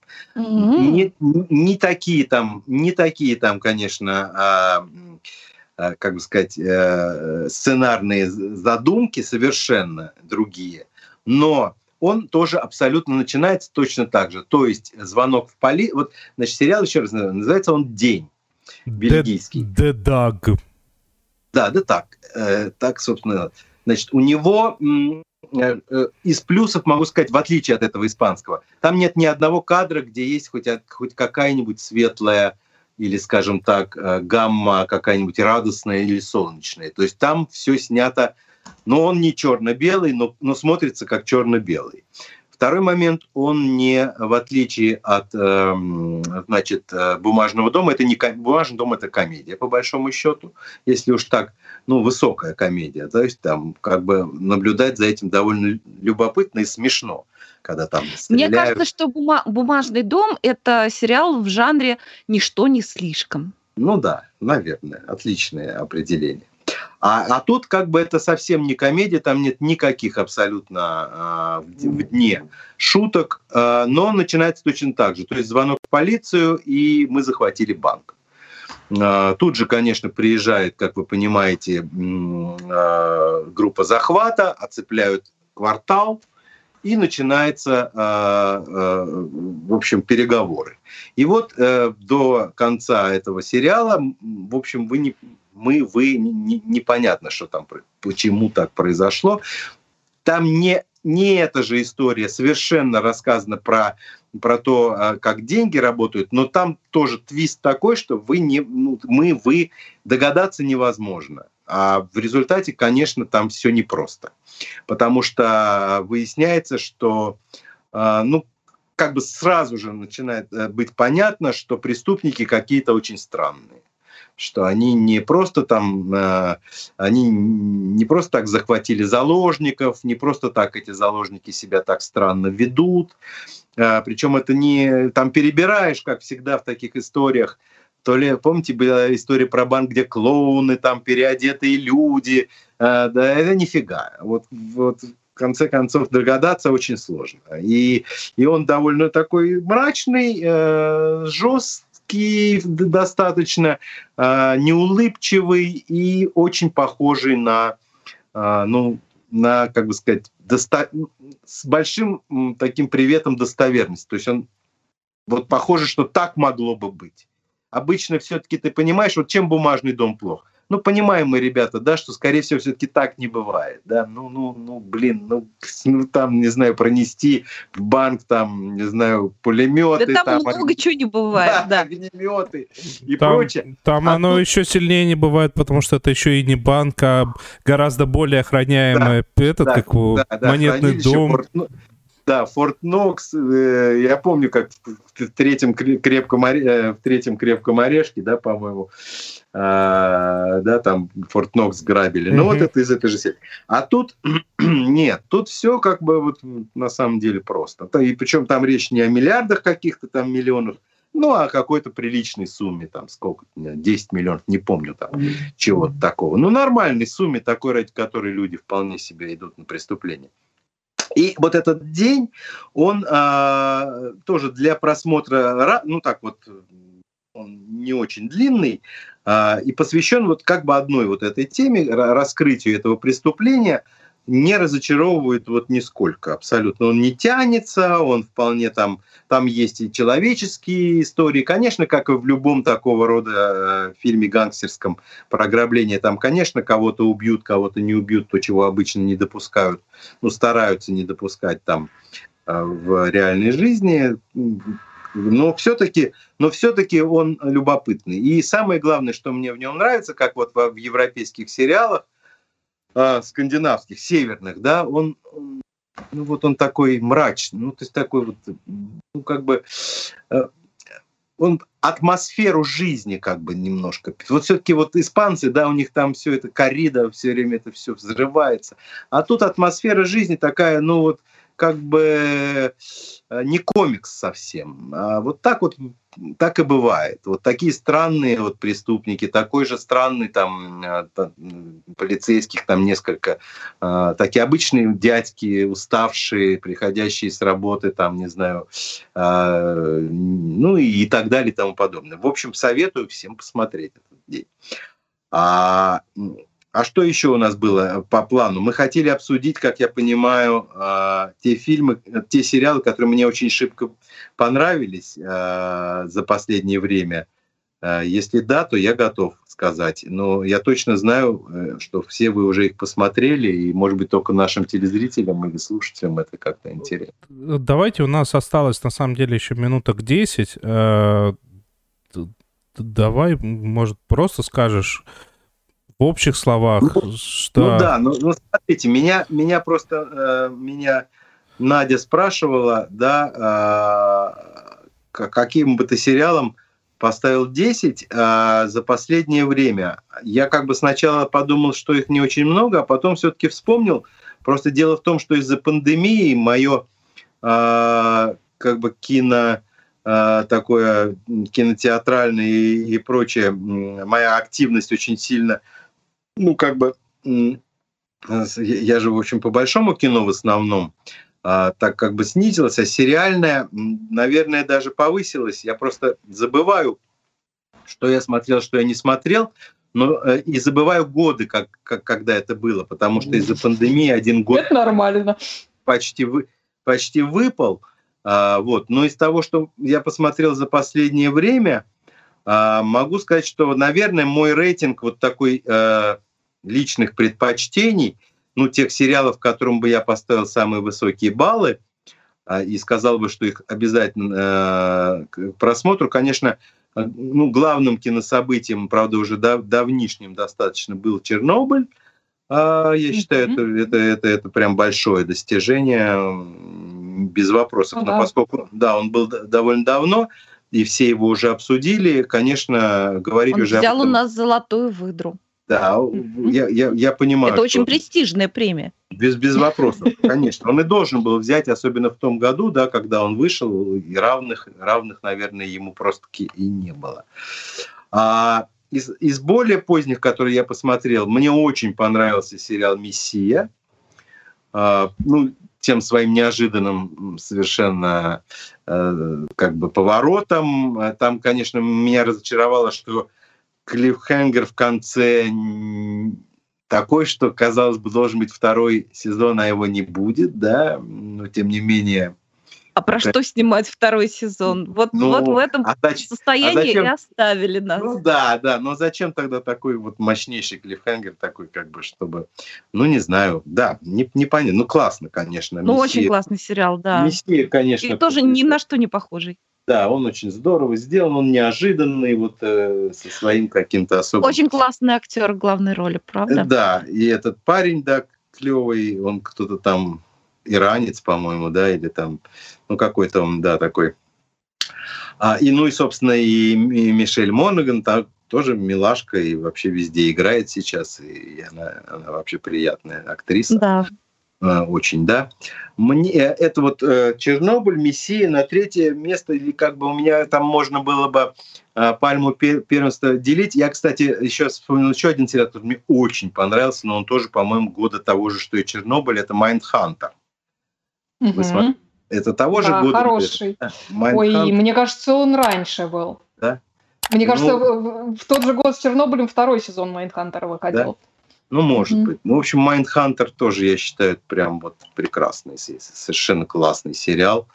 Не такие там, конечно, как бы сказать, сценарные задумки совершенно другие, но он тоже абсолютно начинается точно так же. То есть звонок в полицию. Вот, значит, сериал, еще раз называется он «День» бельгийский. The Dog. Да, так, собственно. Значит, у него из плюсов, могу сказать, в отличие от этого испанского, там нет ни одного кадра, где есть хоть какая-нибудь светлая или, скажем так, гамма какая-нибудь радостная или солнечная. То есть там все снято, но он не черно-белый, но смотрится как черно-белый. Второй момент, он не, в отличие от, значит, «Бумажного дома», это не «Бумажный дом», это комедия, по большому счету, если уж так, высокая комедия. То есть там как бы наблюдать за этим довольно любопытно и смешно, когда там стреляют. Мне кажется, что «Бумажный дом» — это сериал в жанре «Ничто не слишком». Ну да, наверное, отличное определение. А тут как бы это совсем не комедия, там нет никаких абсолютно в дне шуток, но он начинается точно так же. То есть звонок в полицию, и мы захватили банк. Тут же, конечно, приезжает, как вы понимаете, группа захвата, оцепляют квартал, и начинается, в общем, переговоры. И вот до конца этого сериала, в общем, непонятно, что там, почему так произошло. Там не эта же история совершенно рассказана про то, как деньги работают, но там тоже твист такой, что вы догадаться невозможно. А в результате, конечно, там все непросто. Потому что выясняется, что как бы сразу же начинает быть понятно, что преступники какие-то очень странные. Что они не просто так захватили заложников, не просто так эти заложники себя так странно ведут. Причем это не там перебираешь, как всегда в таких историях. То ли, помните, была история про банк, где клоуны, там переодетые люди. Да, это нифига. Вот в конце концов догадаться очень сложно. И он довольно такой мрачный, жесткий, достаточно неулыбчивый и очень похожий на как бы сказать, с большим таким приветом достоверности. То есть он вот похоже, что так могло бы быть. Обычно все-таки ты понимаешь, вот чем «Бумажный дом» плох. Понимаем мы, ребята, да, что, скорее всего, все-таки так не бывает, да, там, не знаю, пронести в банк, там, не знаю, пулеметы. Да там много чего не бывает, да. Огнеметы и прочее. Там оно еще сильнее не бывает, потому что это еще и не банк, а гораздо более охраняемый монетный дом. Да, Форт Нокс, я помню, как в третьем крепком орешке, да, по-моему, да, там Форт Нокс грабили. Ну, вот это из этой же серии. А тут нет, тут все как бы вот на самом деле просто. И причем там речь не о миллиардах каких-то там миллионах, а о какой-то приличной сумме, там сколько, 10 миллионов, не помню там чего-то такого. Нормальной сумме, такой, ради которой люди вполне себе идут на преступление. И вот этот день, он тоже для просмотра, он не очень длинный, и посвящен вот как бы одной вот этой теме, раскрытию этого преступления, не разочаровывает вот нисколько абсолютно. Он не тянется, он вполне там есть и человеческие истории. Конечно, как и в любом такого рода фильме гангстерском про ограбление, там, конечно, кого-то убьют, кого-то не убьют, то, чего обычно не допускают, стараются не допускать там в реальной жизни. Но все-таки он любопытный. И самое главное, что мне в нем нравится, как вот в европейских сериалах, скандинавских, северных, да, он такой мрачный, ну, то есть такой вот, ну, как бы, он атмосферу жизни как бы немножко. Вот все-таки вот испанцы, да, у них там все это коррида, все время это все взрывается. А тут атмосфера жизни такая, ну, вот, как бы не комикс совсем. А вот так и бывает. Вот такие странные вот преступники, такой же странный там полицейских там несколько, такие обычные дядьки, уставшие, приходящие с работы, там, не знаю, ну и так далее и тому подобное. В общем, советую всем посмотреть этот день. А что еще у нас было по плану? Мы хотели обсудить, как я понимаю, те фильмы, те сериалы, которые мне очень шибко понравились за последнее время. Если да, то я готов сказать. Но я точно знаю, что все вы уже их посмотрели, и, может быть, только нашим телезрителям или слушателям это как-то интересно. Давайте, у нас осталось, на самом деле, еще минуток 10. Давай, может, просто скажешь... В общих словах, что... Ну да, ну смотрите, меня просто Надя спрашивала, да, каким бы ты сериалом поставил 10 за последнее время. Я как бы сначала подумал, что их не очень много, а потом все-таки вспомнил. Просто дело в том, что из-за пандемии мое как бы такое кинотеатральное и прочее, моя активность очень сильно... Ну, как бы, я же, в общем, по большому кино в основном, так как бы снизилась, а сериальная, наверное, даже повысилась. Я просто забываю, что я смотрел, что я не смотрел, но и забываю годы, когда это было, потому что из-за пандемии один год... Это нормально. Почти выпал. Вот. Но из того, что я посмотрел за последнее время, могу сказать, что, наверное, мой рейтинг вот такой... личных предпочтений, ну, тех сериалов, которым бы я поставил самые высокие баллы и сказал бы, что их обязательно к просмотру, конечно, ну, главным кинособытием, правда, уже давнишним достаточно был Чернобыль. Я считаю, это прям большое достижение, без вопросов. Но поскольку, да, он был довольно давно, и все его уже обсудили, конечно, говорить он уже... Он взял у нас золотую выдру. Да, я понимаю. Это очень престижная премия. Без вопросов, конечно. Он и должен был взять, особенно в том году, да, когда он вышел, и равных, наверное, ему просто-таки и не было. Из более поздних, которые я посмотрел, мне очень понравился сериал «Мессия». Ну, тем своим неожиданным совершенно как бы поворотом. Там, конечно, меня разочаровало, что клиффхенгер в конце такой, что, казалось бы, должен быть второй сезон, а его не будет, да, но тем не менее... А про что снимать второй сезон? Вот в этом состоянии и оставили нас. Ну да, но зачем тогда такой вот мощнейший клиффхенгер, такой как бы, чтобы... Ну, не знаю, да, непонятно. Ну, классно, конечно. Ну, очень классный сериал, да. «Мессия», конечно. И тоже ни на что не похожий. Да, он очень здорово сделан, он неожиданный, вот со своим каким-то особым... Очень классный актер в главной роли, правда? Да, и этот парень, да, клевый, он кто-то там иранец, по-моему, да, или там, ну, какой-то он, да, такой. Ну, и, собственно, и Мишель Монаган там тоже милашка и вообще везде играет сейчас, и она вообще приятная актриса. Да. Очень, да. Мне это вот Чернобыль, «Мессия» на третье место, или как бы у меня там можно было бы пальму первенства делить. Я, кстати, еще вспомнил еще один сериал, который мне очень понравился, но он тоже, по-моему, года того же, что и «Чернобыль», это «Майндхантер». Угу. Это того же года? Хороший. Ой, мне кажется, он раньше был. Да? Мне кажется, в тот же год с Чернобылем второй сезон «Майндхантера» выходил. Да? Ну, может быть. Ну, в общем, «Майндхантер» тоже, я считаю, прям вот прекрасный, совершенно классный сериал.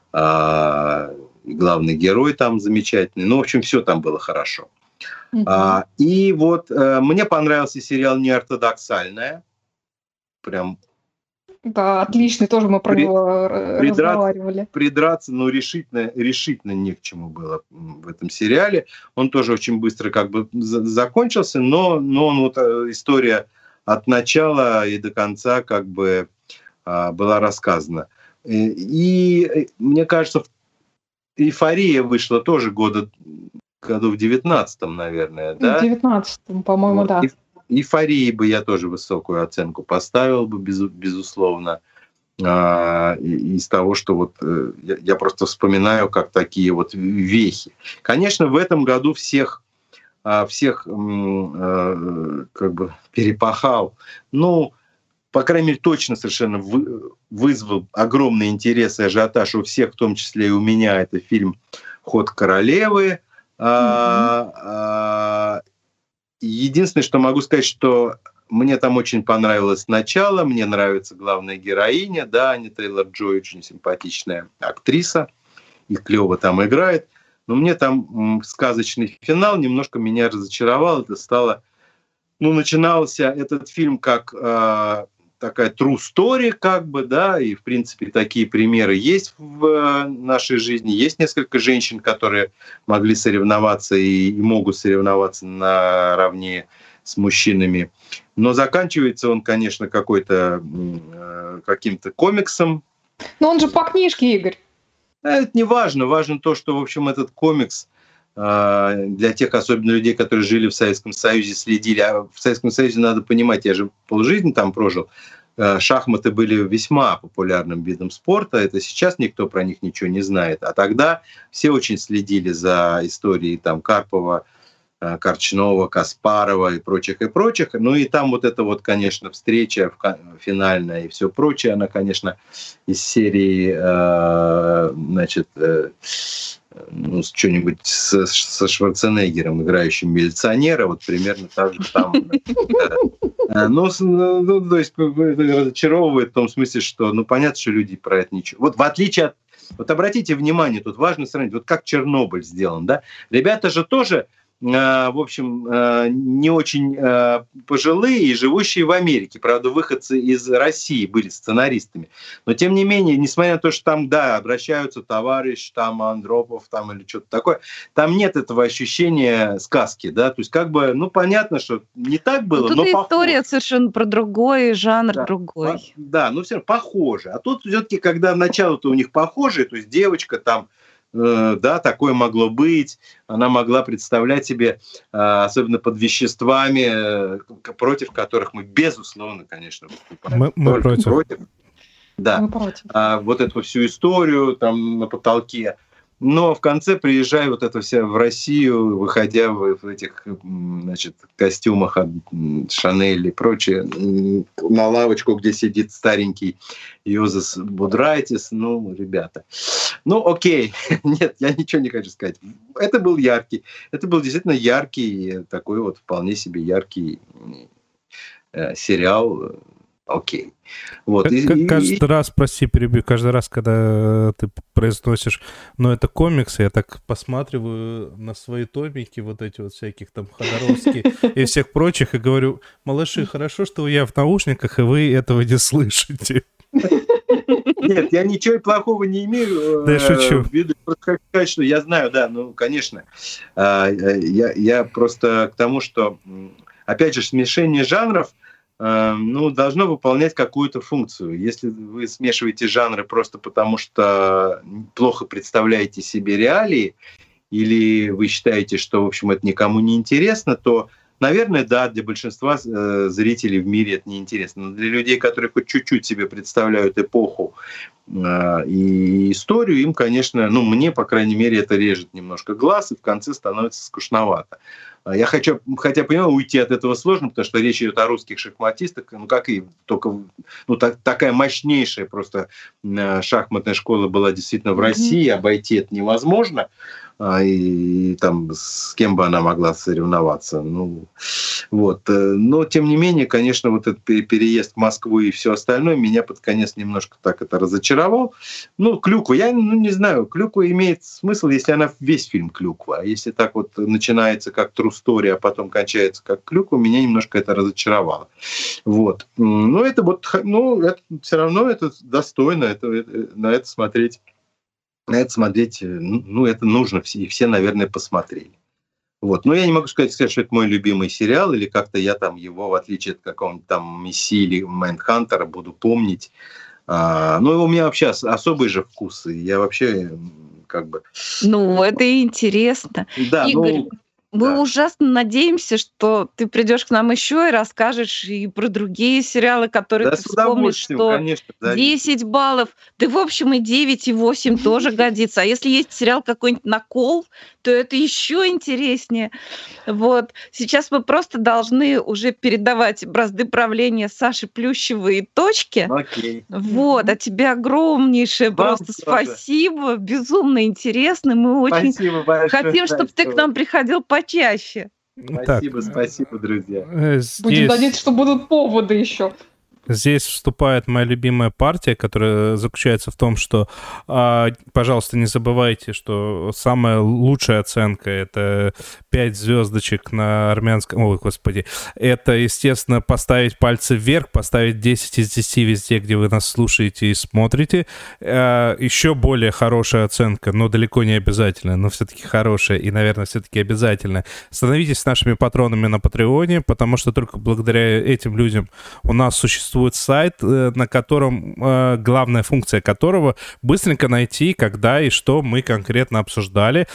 И главный герой там замечательный. Ну, в общем, все там было хорошо. И вот мне понравился сериал «Неортодоксальная». Прям... Да, отличный, тоже мы про него разговаривали. Придраться, но решительно не к чему было в этом сериале. Он тоже очень быстро как бы закончился, но он вот история от начала и до конца как бы была рассказана. И мне кажется, «Эйфория» вышла тоже году в 19-м, наверное, да? В 19-м, по-моему, вот. Да. «Эйфории» бы я тоже высокую оценку поставил бы, безусловно. Из того, что вот я просто вспоминаю, как такие вот вехи. Конечно, в этом году всех как бы перепахал. Ну, по крайней мере, точно совершенно вызвал огромный интерес и ажиотаж у всех, в том числе и у меня. Это фильм «Ход королевы». Единственное, что могу сказать, что мне там очень понравилось начало, мне нравится главная героиня, да, Аня Тейлор-Джой, очень симпатичная актриса, и клево там играет. Но мне там сказочный финал немножко меня разочаровал. Это стало... Ну, начинался этот фильм как такая true story, как бы, да, и, в принципе, такие примеры есть в нашей жизни. Есть несколько женщин, которые могли соревноваться и могут соревноваться наравне с мужчинами. Но заканчивается он, конечно, каким-то комиксом. Но он же по книжке, Игорь. Это не важно. Важно то, что, в общем, этот комикс для тех, особенно людей, которые жили в Советском Союзе, следили. А в Советском Союзе, надо понимать, я же полжизни там прожил, шахматы были весьма популярным видом спорта. Это сейчас никто про них ничего не знает. А тогда все очень следили за историей там Карпова, Корчнова, Каспарова и прочих, и прочих. Ну и там вот эта вот, конечно, встреча финальная и все прочее, она, конечно, из серии, ну, что-нибудь со Шварценеггером, играющим милиционера, вот примерно так же там. Ну, то есть разочаровывает в том смысле, что, ну, понятно, что люди про это ничего. Вот в отличие от... Вот обратите внимание, тут важно сравнить, вот как Чернобыль сделан, да? Ребята же тоже, в общем, не очень пожилые и живущие в Америке. Правда, выходцы из России были сценаристами. Но, тем не менее, несмотря на то, что там, да, обращаются товарищ, там Андропов, там или что-то такое, там нет этого ощущения сказки, да, то есть как бы, ну, понятно, что не так было, тут но история похоже. совершенно про другой, жанр Да, другой. да, но все равно похоже. А тут все-таки, когда начало-то у них похоже, то есть девочка там, да, такое могло быть, она могла представлять себе, особенно под веществами, против которых мы, безусловно, конечно, выступаем. Мы против. Да, Мы против. вот эту всю историю там на потолке. Но в конце приезжая вот это вся в Россию, выходя в этих, значит, костюмах от Шанель и прочее, на лавочку, где сидит старенький Йозеф Будрайтис, ну, ребята. Ну, окей, нет, я ничего не хочу сказать. Это был действительно яркий, такой вот вполне себе яркий сериал. Окей. Вот. Каждый раз, прости, перебью, каждый раз, когда ты произносишь, но это комиксы, я так посматриваю на свои томики, вот эти вот всяких там Ходоровских и всех прочих, и говорю, малыши, хорошо, что я в наушниках, и вы этого не слышите. Нет, я ничего плохого не имею в виду. Просто хочу сказать, что я знаю, да, ну, конечно. Я просто к тому, что, опять же, смешение жанров, ну, должно выполнять какую-то функцию. Если вы смешиваете жанры просто потому, что плохо представляете себе реалии, или вы считаете, что, в общем, это никому не интересно, то, наверное, да, для большинства зрителей в мире это неинтересно. Но для людей, которые хоть чуть-чуть себе представляют эпоху и историю, им, конечно, ну, мне, по крайней мере, это режет немножко глаз, и в конце становится скучновато. Я хочу, хотя, понимаю, уйти от этого сложно, потому что речь идет о русских шахматистах, ну, как и только, ну, такая мощнейшая просто шахматная школа была действительно в России, обойти это невозможно, и там с кем бы она могла соревноваться. Ну, вот. Но, тем не менее, конечно, вот этот переезд в Москву и все остальное меня под конец немножко так это разочаровал. Ну, «Клюква», я не знаю, «Клюква» имеет смысл, если она весь фильм «Клюква». А если так вот начинается как true story, а потом кончается как «Клюква», меня немножко это разочаровало. Вот. Но это вот, ну, это все равно это достойно, на это смотреть, ну, это нужно, и все, наверное, посмотрели. Вот. Но я не могу сказать, что это мой любимый сериал, или как-то я там его, в отличие от какого-нибудь там Месси или Майндхантера, буду помнить. Ну, у меня вообще особые же вкусы. Я вообще как бы... Ну, это и интересно. Да, Игорь, мы ужасно надеемся, что ты придешь к нам еще и расскажешь и про другие сериалы, которые ты вспомнишь, что конечно, 10 баллов, да в общем и 9, и 8 тоже годится. А если есть сериал какой-нибудь «Накол», то это еще интереснее. Вот. Сейчас мы просто должны уже передавать бразды правления Саше Плющевой и Точке. Окей. Вот. А тебе огромнейшее просто спасибо. Безумно интересно. Мы очень хотим, чтобы ты к нам приходил почаще. Спасибо, друзья. Будем надеяться, что будут поводы еще. Здесь вступает моя любимая партия, которая заключается в том, что, пожалуйста, не забывайте, что самая лучшая оценка — это 5 звездочек на армянском... Ой, господи. Это, естественно, поставить пальцы вверх, поставить 10 из 10 везде, где вы нас слушаете и смотрите. Еще более хорошая оценка, но далеко не обязательно, но все-таки хорошая и, наверное, все-таки обязательно. Становитесь нашими патронами на Патреоне, потому что только благодаря этим людям у нас существует сайт, на котором главная функция которого быстренько найти, когда и что мы конкретно обсуждали.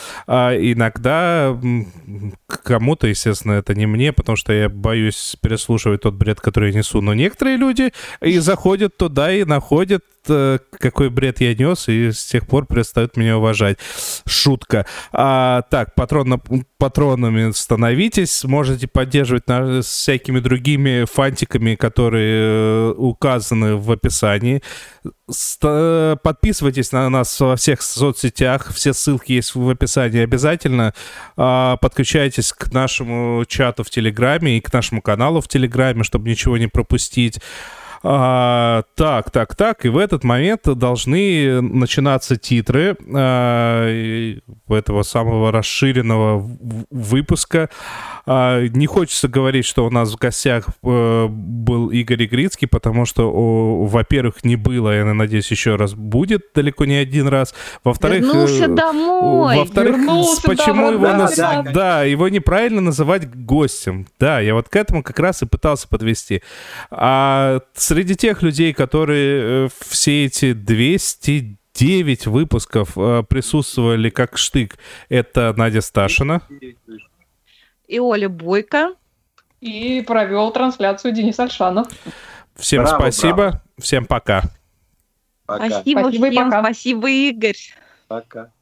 Иногда кому-то, естественно, это не мне, потому что я боюсь переслушивать тот бред, который я несу, но некоторые люди и заходят туда и находят, какой бред я нес, и с тех пор перестают меня уважать. Шутка. Так, патронами становитесь, можете поддерживать нас всякими другими фантиками, которые указаны в описании. Подписывайтесь на нас во всех соцсетях, все ссылки есть в описании обязательно. Подключайтесь к нашему чату в Телеграме и к нашему каналу в Телеграме, чтобы ничего не пропустить. Так, и в этот момент должны начинаться титры этого самого расширенного выпуска. Не хочется говорить, что у нас в гостях был Игорь Игрицкий, потому что, во-первых, не было, я надеюсь, еще раз будет далеко не один раз. Во-вторых, вернулся домой. Во-вторых, почему его его неправильно называть гостем. Да, я вот к этому как раз и пытался подвести. Среди тех людей, которые все эти 209 выпусков присутствовали как штык, это Надя Сташина. И Оля Бойко. И провел трансляцию Денис Альшанов. Всем спасибо, всем пока. Спасибо всем, спасибо, Игорь. Пока.